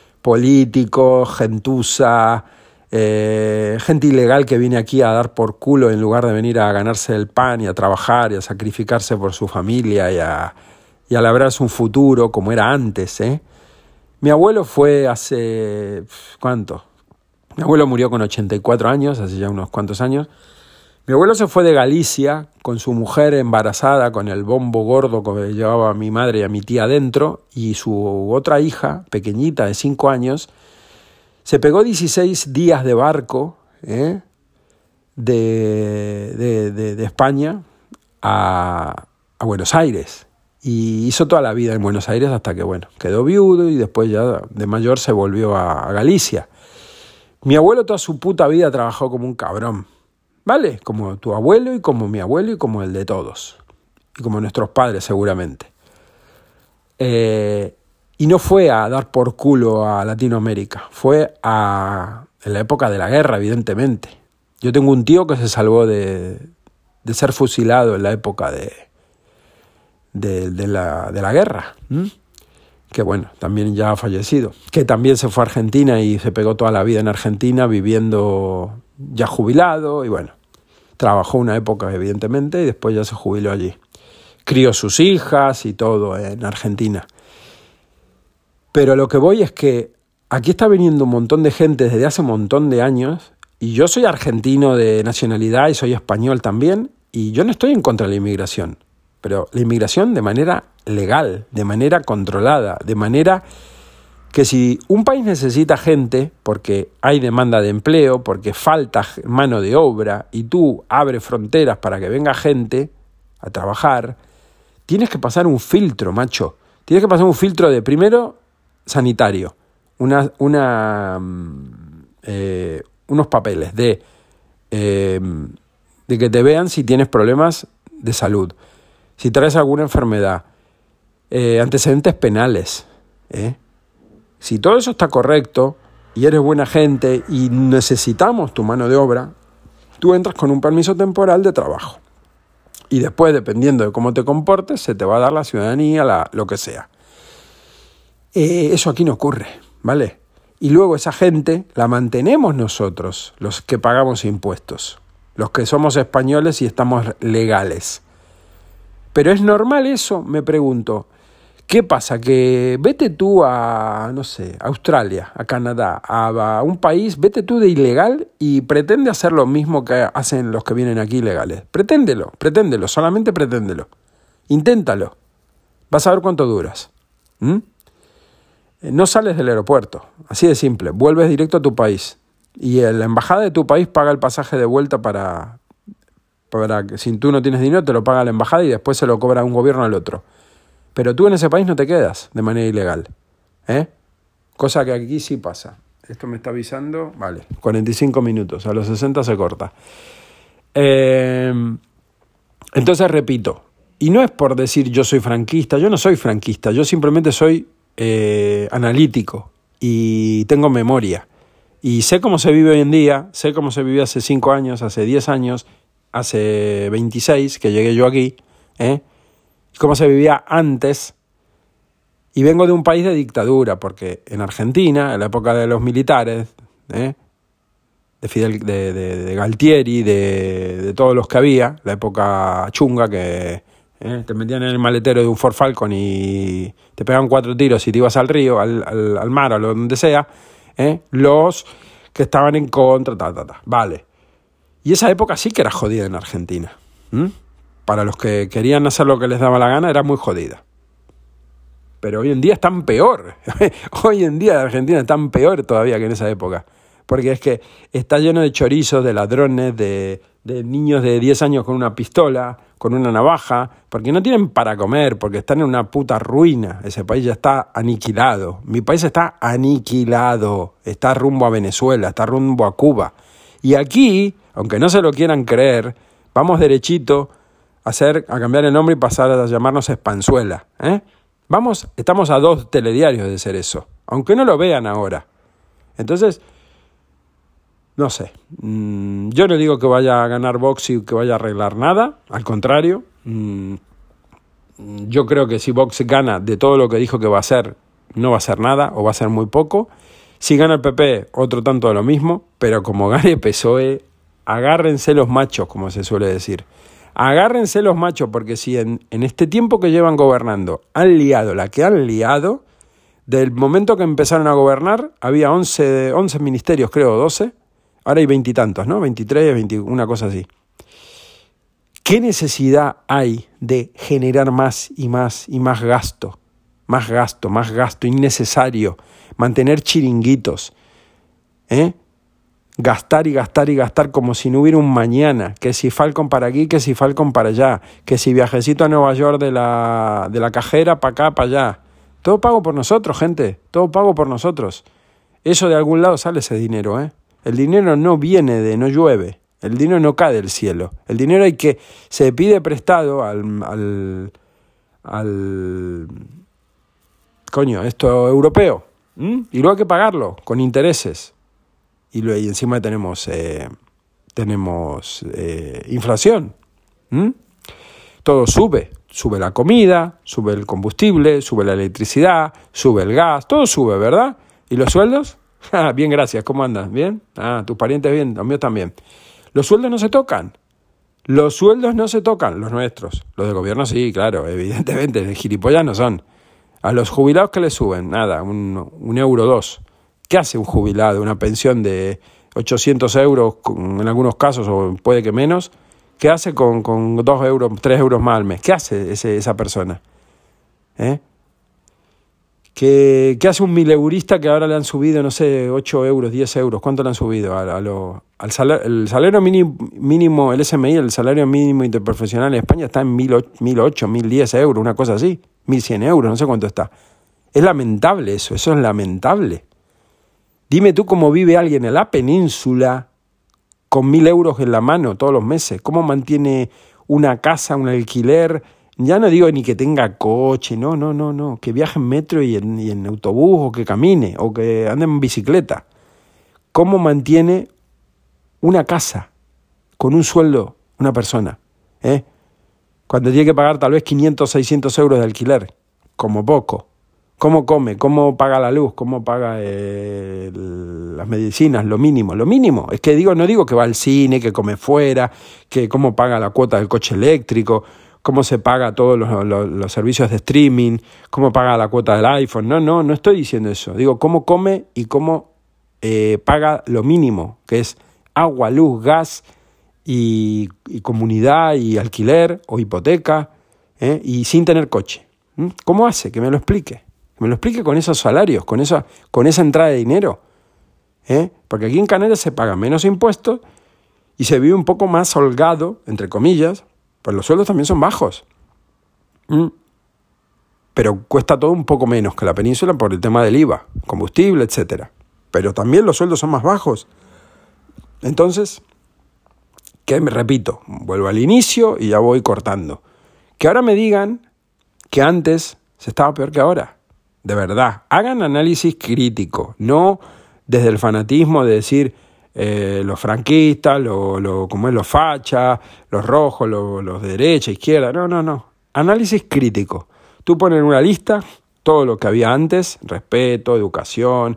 políticos, gentuza, gente ilegal que viene aquí a dar por culo en lugar de venir a ganarse el pan y a trabajar y a sacrificarse por su familia y a labrarse un futuro como era antes, Mi abuelo fue hace... ¿cuánto? Mi abuelo murió con 84 años, hace ya unos cuantos años. Mi abuelo se fue de Galicia con su mujer embarazada, con el bombo gordo que llevaba a mi madre y a mi tía adentro, y su otra hija, pequeñita, de 5 años, se pegó 16 días de barco de España a Buenos Aires. Y hizo toda la vida en Buenos Aires hasta que, bueno, quedó viudo y después ya de mayor se volvió a Galicia. Mi abuelo toda su puta vida trabajó como un cabrón, ¿vale? Como tu abuelo y como mi abuelo y como el de todos. Y como nuestros padres seguramente. Y no fue a dar por culo a Latinoamérica. Fue en la época de la guerra, evidentemente. Yo tengo un tío que se salvó de ser fusilado en la época de la guerra. Que bueno, también ya ha fallecido, que también se fue a Argentina y se pegó toda la vida en Argentina viviendo ya jubilado y bueno, trabajó una época evidentemente y después ya se jubiló allí. Crió sus hijas y todo en Argentina. Pero lo que voy es que aquí está viniendo un montón de gente desde hace un montón de años y yo soy argentino de nacionalidad y soy español también y yo no estoy en contra de la inmigración, pero la inmigración de manera legal, de manera controlada, de manera que si un país necesita gente porque hay demanda de empleo, porque falta mano de obra y tú abres fronteras para que venga gente a trabajar, tienes que pasar un filtro, macho. Tienes que pasar un filtro de, primero, sanitario, unos papeles de que te vean si tienes problemas de salud, si traes alguna enfermedad, antecedentes penales, Si todo eso está correcto y eres buena gente y necesitamos tu mano de obra, tú entras con un permiso temporal de trabajo. Y después, dependiendo de cómo te comportes, se te va a dar la ciudadanía, lo que sea. Eso aquí no ocurre, ¿vale? Y luego esa gente la mantenemos nosotros, los que pagamos impuestos. los que somos españoles y estamos legales. Pero ¿es normal eso? Me pregunto. ¿Qué pasa? Que vete tú a, no sé, a Australia, a Canadá, a un país, vete tú de ilegal y pretende hacer lo mismo que hacen los que vienen aquí ilegales. Preténdelo, solamente preténdelo. Inténtalo. Vas a ver cuánto duras. No sales del aeropuerto, así de simple. Vuelves directo a tu país. Y la embajada de tu país paga el pasaje de vuelta para que si tú no tienes dinero te lo paga la embajada y después se lo cobra un gobierno al otro. Pero tú en ese país no te quedas de manera ilegal. Cosa que aquí sí pasa. Esto me está avisando. Vale, 45 minutos. A los 60 se corta. Entonces repito. Y no es por decir yo soy franquista. Yo no soy franquista. Yo simplemente soy analítico. Y tengo memoria. Y sé cómo se vive hoy en día. Sé cómo se vivió hace 5 años, hace 10 años, hace 26 que llegué yo aquí. Cómo se vivía antes, y vengo de un país de dictadura, porque en Argentina, en la época de los militares, de Fidel, de Galtieri, de todos los que había, la época chunga que te metían en el maletero de un Ford Falcon y te pegaban 4 tiros y te ibas al río, al mar, a donde sea, los que estaban en contra, vale. Y esa época sí que era jodida en Argentina. Para los que querían hacer lo que les daba la gana, era muy jodida. Pero hoy en día están peor. Hoy en día Argentina están peor todavía que en esa época. Porque es que está lleno de chorizos, de ladrones, de niños de 10 años con una pistola, con una navaja, porque no tienen para comer, porque están en una puta ruina. Ese país ya está aniquilado. Mi país está aniquilado. Está rumbo a Venezuela, está rumbo a Cuba. Y aquí, aunque no se lo quieran creer, vamos derechito a cambiar el nombre y pasar a llamarnos Espanzuela. Estamos a 2 telediarios de ser eso, aunque no lo vean ahora. Entonces, no sé, yo no digo que vaya a ganar Vox y que vaya a arreglar nada, al contrario, yo creo que si Vox gana de todo lo que dijo que va a hacer, no va a hacer nada o va a hacer muy poco. Si gana el PP, otro tanto de lo mismo, pero como gane PSOE, agárrense los machos, como se suele decir. Agárrense los machos, porque si en este tiempo que llevan gobernando han liado la que han liado, del momento que empezaron a gobernar había 11 ministerios, creo, 12, ahora hay 20 y tantos, ¿no? 23, 20, una cosa así. ¿Qué necesidad hay de generar más y más y más gasto? Más gasto, innecesario. Mantener chiringuitos, Gastar y gastar como si no hubiera un mañana, que si Falcon para aquí, que si Falcon para allá, que si viajecito a Nueva York de la cajera para acá, para allá. Todo pago por nosotros, gente, todo pago por nosotros. Eso de algún lado sale ese dinero, El dinero no viene no llueve, el dinero no cae del cielo. El dinero se pide prestado al europeo, y luego hay que pagarlo con intereses. Y encima tenemos inflación. Todo sube. Sube la comida, sube el combustible, sube la electricidad, sube el gas, todo sube, ¿verdad? ¿Y los sueldos? Bien, gracias. ¿Cómo andas? ¿Bien? Tus parientes bien, los míos también. Los sueldos no se tocan. Los sueldos no se tocan, los nuestros. Los del gobierno sí, claro, evidentemente, de gilipollas no son. A los jubilados que les suben, nada, un euro, 2. ¿Qué hace un jubilado? Una pensión de 800 euros en algunos casos, o puede que menos. ¿Qué hace con 2 euros, 3 euros más al mes? ¿Qué hace esa persona? ¿Qué hace un mileurista que ahora le han subido, no sé, 8 euros, 10 euros? ¿Cuánto le han subido? El salario mínimo, el SMI, el salario mínimo interprofesional en España está en 1.008, 1.010 euros, una cosa así. 1.100 euros, no sé cuánto está. Es lamentable eso es lamentable. Dime tú cómo vive alguien en la península con 1.000 euros en la mano todos los meses. ¿Cómo mantiene una casa, un alquiler? Ya no digo ni que tenga coche, no. Que viaje en metro y en autobús, o que camine, o que ande en bicicleta. ¿Cómo mantiene una casa con un sueldo una persona? Cuando tiene que pagar tal vez 500, 600 euros de alquiler, como poco. ¿Cómo come? ¿Cómo paga la luz? ¿Cómo paga las medicinas? Lo mínimo. Es que no digo que va al cine, que come fuera, que cómo paga la cuota del coche eléctrico, cómo se paga todos los servicios de streaming, cómo paga la cuota del iPhone. No estoy diciendo eso. Digo, cómo come y cómo paga lo mínimo, que es agua, luz, gas y comunidad y alquiler o hipoteca, y sin tener coche. ¿Cómo hace? Que me lo explique. Que me lo explique con esos salarios, con esa entrada de dinero. Porque aquí en Canarias se pagan menos impuestos y se vive un poco más holgado, entre comillas, pues los sueldos también son bajos. Pero cuesta todo un poco menos que la península por el tema del IVA, combustible, etcétera. Pero también los sueldos son más bajos. Entonces, que me repito, vuelvo al inicio y ya voy cortando. Que ahora me digan que antes se estaba peor que ahora. De verdad, hagan análisis crítico, no desde el fanatismo de decir los franquistas, los fachas, los rojos, los de derecha, izquierda. No. Análisis crítico. Tú pones en una lista todo lo que había antes, respeto, educación,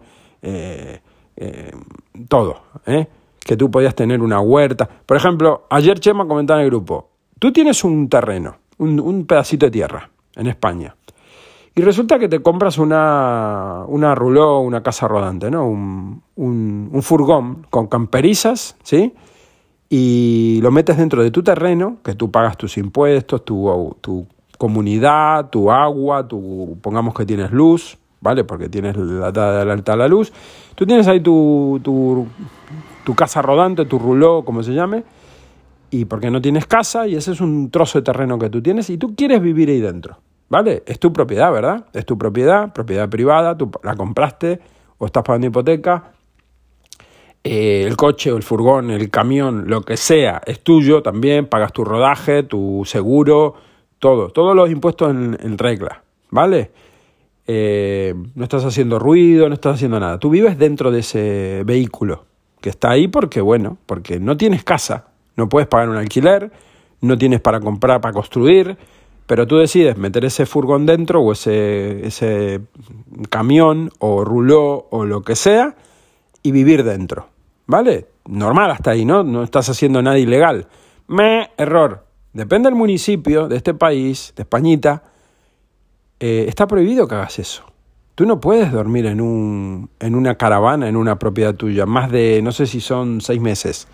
todo, que tú podías tener una huerta. Por ejemplo, ayer Chema comentaba en el grupo, tú tienes un terreno, un pedacito de tierra en España, y resulta que te compras una rouleau, una casa rodante, ¿no? Un furgón con camperizas, ¿sí? Y lo metes dentro de tu terreno, que tú pagas tus impuestos, tu comunidad, tu agua, pongamos que tienes luz, ¿vale? Porque tienes la dada de alta a la luz. Tú tienes ahí tu casa rodante, tu rouleau, como se llame, y porque no tienes casa, y ese es un trozo de terreno que tú tienes, y tú quieres vivir ahí dentro, ¿vale? Es tu propiedad, ¿verdad? Es tu propiedad privada, tú la compraste o estás pagando hipoteca. El coche o el furgón, el camión, lo que sea, es tuyo también, pagas tu rodaje, tu seguro, todos los impuestos en regla, ¿vale? No estás haciendo ruido, no estás haciendo nada. Tú vives dentro de ese vehículo que está ahí porque no tienes casa, no puedes pagar un alquiler, no tienes para comprar, para construir, pero tú decides meter ese furgón dentro o ese camión o rouleau o lo que sea y vivir dentro, ¿vale? Normal hasta ahí, ¿no? No estás haciendo nada ilegal. Error. Depende del municipio de este país, de Españita, está prohibido que hagas eso. Tú no puedes dormir en una caravana, en una propiedad tuya, más de, no sé si son 6 meses,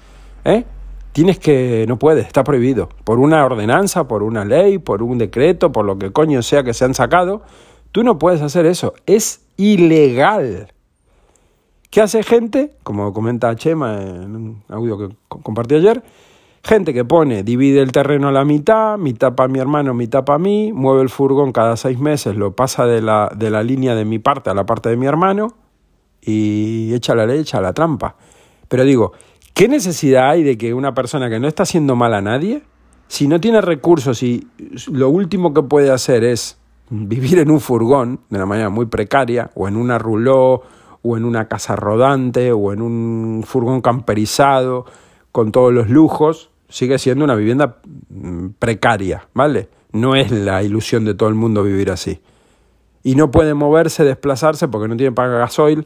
no puedes, está prohibido. Por una ordenanza, por una ley, por un decreto, por lo que coño sea que se han sacado, tú no puedes hacer eso. Es ilegal. ¿Qué hace gente? Como comenta Chema en un audio que compartí ayer, gente que divide el terreno a la mitad para mi hermano, mitad para mí, mueve el furgón cada 6 meses, lo pasa de la línea de mi parte a la parte de mi hermano y echa la leche a la trampa. Pero digo, ¿qué necesidad hay de que una persona que no está haciendo mal a nadie, si no tiene recursos y lo último que puede hacer es vivir en un furgón de una manera muy precaria, o en una rouleau, o en una casa rodante, o en un furgón camperizado, con todos los lujos, sigue siendo una vivienda precaria, ¿vale? No es la ilusión de todo el mundo vivir así. Y no puede moverse, desplazarse, porque no tiene para gasoil,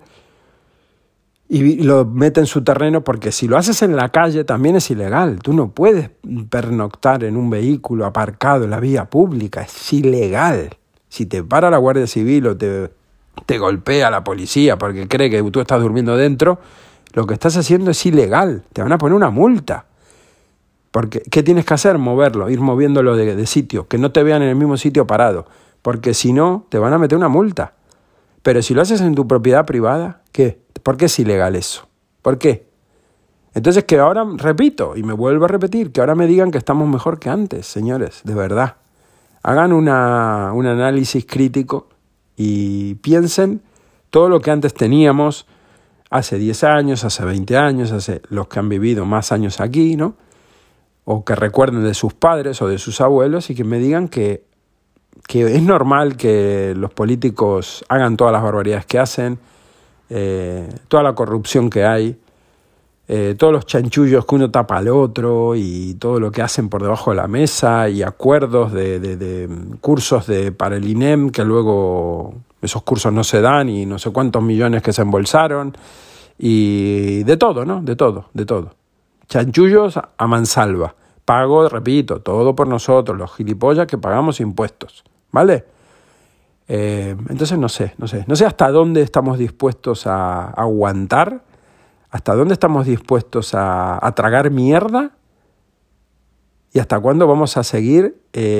y lo mete en su terreno, porque si lo haces en la calle también es ilegal. Tú no puedes pernoctar en un vehículo aparcado en la vía pública, es ilegal. Si te para la Guardia Civil o te golpea la policía porque cree que tú estás durmiendo dentro, lo que estás haciendo es ilegal, te van a poner una multa. Porque, ¿qué tienes que hacer? Moverlo, ir moviéndolo de sitio, que no te vean en el mismo sitio parado, porque si no, te van a meter una multa. Pero si lo haces en tu propiedad privada, ¿qué? ¿Por qué es ilegal eso? ¿Por qué? Entonces que ahora, repito, y me vuelvo a repetir, que ahora me digan que estamos mejor que antes, señores, de verdad. Hagan un análisis crítico y piensen todo lo que antes teníamos, hace 10 años, hace 20 años, hace los que han vivido más años aquí, ¿no? O que recuerden de sus padres o de sus abuelos y que me digan que es normal que los políticos hagan todas las barbaridades que hacen, toda la corrupción que hay, todos los chanchullos que uno tapa al otro y todo lo que hacen por debajo de la mesa y acuerdos de cursos para el INEM que luego Esos cursos no se dan y no sé cuántos millones que se embolsaron y de todo, ¿no? De todo. Chanchullos a mansalva. Pago, repito, todo por nosotros, los gilipollas que pagamos impuestos, ¿vale? Entonces no sé hasta dónde estamos dispuestos a aguantar, hasta dónde estamos dispuestos a tragar mierda y hasta cuándo vamos a seguir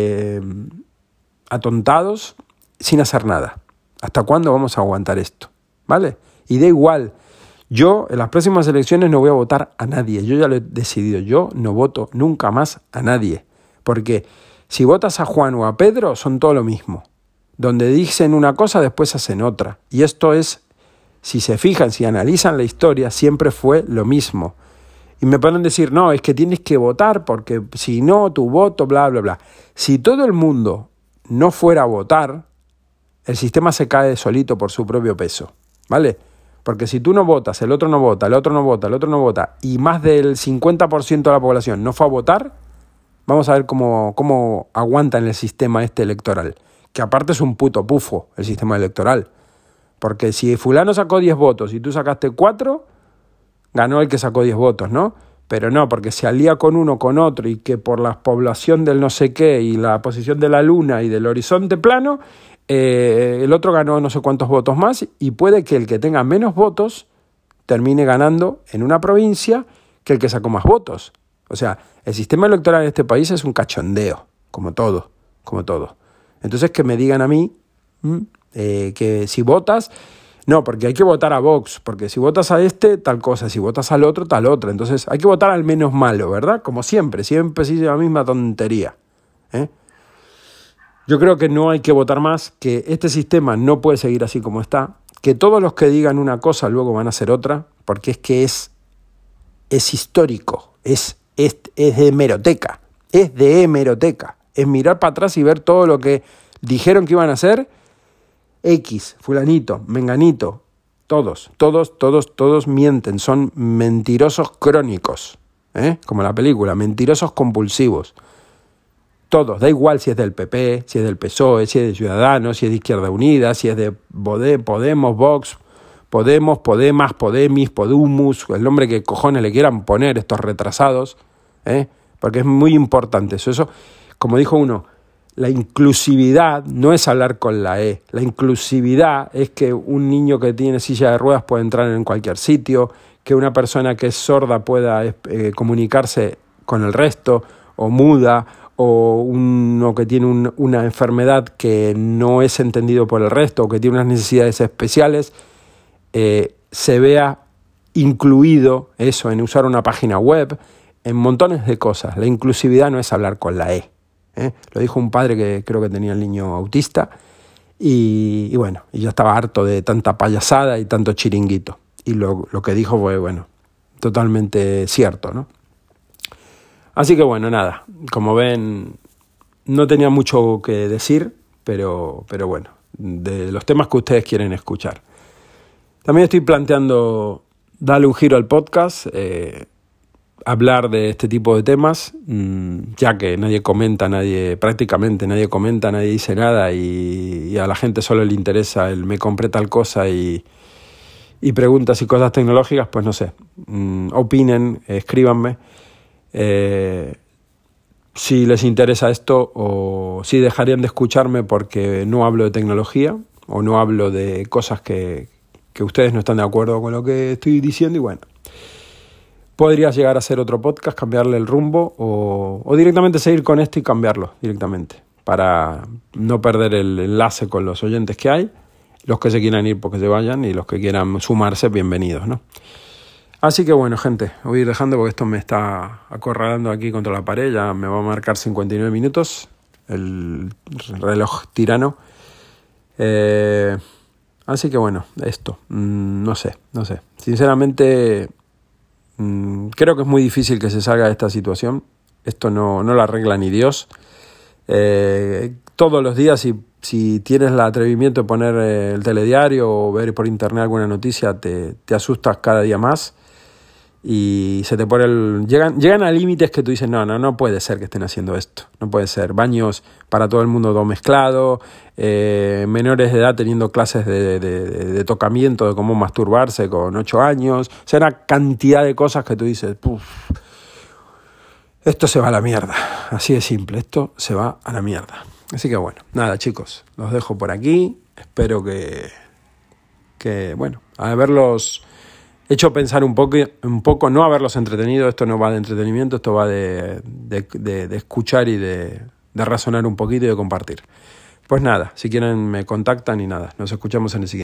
atontados sin hacer nada. ¿Hasta cuándo vamos a aguantar esto? ¿Vale? Y da igual. Yo en las próximas elecciones no voy a votar a nadie. Yo ya lo he decidido. Yo no voto nunca más a nadie. Porque si votas a Juan o a Pedro son todo lo mismo. Donde dicen una cosa después hacen otra. Y esto es, si se fijan, si analizan la historia, siempre fue lo mismo. Y me pueden decir, no, es que tienes que votar porque si no, tu voto, bla, bla, bla. Si todo el mundo no fuera a votar, el sistema se cae solito por su propio peso, ¿vale? Porque si tú no votas, el otro no vota, el otro no vota, el otro no vota, y más del 50% de la población no fue a votar, vamos a ver cómo aguanta en el sistema electoral. Que aparte es un puto pufo el sistema electoral. Porque si fulano sacó 10 votos y tú sacaste 4, ganó el que sacó 10 votos, ¿no? Pero no, porque se alía con uno, con otro, y que por la población del no sé qué, y la posición de la luna y del horizonte plano, el otro ganó no sé cuántos votos más, y puede que el que tenga menos votos termine ganando en una provincia que el que sacó más votos. O sea, el sistema electoral en este país es un cachondeo, como todo. Entonces que me digan a mí que si votas... No, porque hay que votar a Vox, porque si votas a tal cosa, si votas al otro, tal otra. Entonces hay que votar al menos malo, ¿verdad? Como siempre sigue la misma tontería. Yo creo que no hay que votar más, que este sistema no puede seguir así como está, que todos los que digan una cosa luego van a hacer otra, porque es que es histórico, es de hemeroteca, es mirar para atrás y ver todo lo que dijeron que iban a hacer. X, fulanito, menganito, todos mienten, son mentirosos crónicos, como la película, mentirosos compulsivos. Todos, da igual si es del PP, si es del PSOE, si es de Ciudadanos, si es de Izquierda Unida, si es de Podemos, Vox, Podemos, Podemas, Podemis, Podumus, el nombre que cojones le quieran poner estos retrasados, porque es muy importante eso, como dijo uno, la inclusividad no es hablar con la E. La inclusividad es que un niño que tiene silla de ruedas puede entrar en cualquier sitio, que una persona que es sorda pueda comunicarse con el resto, o muda, o uno que tiene una enfermedad que no es entendido por el resto, o que tiene unas necesidades especiales, se vea incluido eso en usar una página web, en montones de cosas. La inclusividad no es hablar con la E. Lo dijo un padre que creo que tenía el niño autista y bueno, y ya estaba harto de tanta payasada y tanto chiringuito. Y lo que dijo fue, bueno, totalmente cierto, ¿no? Así que bueno, nada, como ven, no tenía mucho que decir, pero bueno, de los temas que ustedes quieren escuchar. También estoy planteando darle un giro al podcast, hablar de este tipo de temas, ya que prácticamente nadie comenta, nadie dice nada y a la gente solo le interesa el me compré tal cosa y preguntas y cosas tecnológicas, pues no sé, opinen, escríbanme si les interesa esto o si dejarían de escucharme porque no hablo de tecnología o no hablo de cosas que ustedes no están de acuerdo con lo que estoy diciendo y bueno. Podría llegar a hacer otro podcast, cambiarle el rumbo o directamente seguir con esto y cambiarlo directamente para no perder el enlace con los oyentes que hay. Los que se quieran ir porque se vayan y los que quieran sumarse, bienvenidos, ¿no? Así que bueno, gente, voy a ir dejando porque esto me está acorralando aquí contra la pared. Ya me va a marcar 59 minutos el reloj tirano. Así que bueno, esto, no sé. Sinceramente... creo que es muy difícil que se salga de esta situación. Esto no lo arregla ni Dios. Todos los días, si tienes el atrevimiento de poner el telediario o ver por internet alguna noticia, te asustas cada día más. y se te pone llegan a límites que tú dices, no puede ser que estén haciendo esto, no puede ser. Baños para todo el mundo, todo mezclado, menores de edad teniendo clases de tocamiento, de cómo masturbarse con 8 años, o sea, una cantidad de cosas que tú dices, esto se va a la mierda, así de simple, esto se va a la mierda. Así que bueno, nada chicos, los dejo por aquí, espero que bueno, haberlos hecho pensar un poco, no haberlos entretenido, esto no va de entretenimiento, esto va de escuchar y de razonar un poquito y de compartir. Pues nada, si quieren me contactan y nada, nos escuchamos en el siguiente.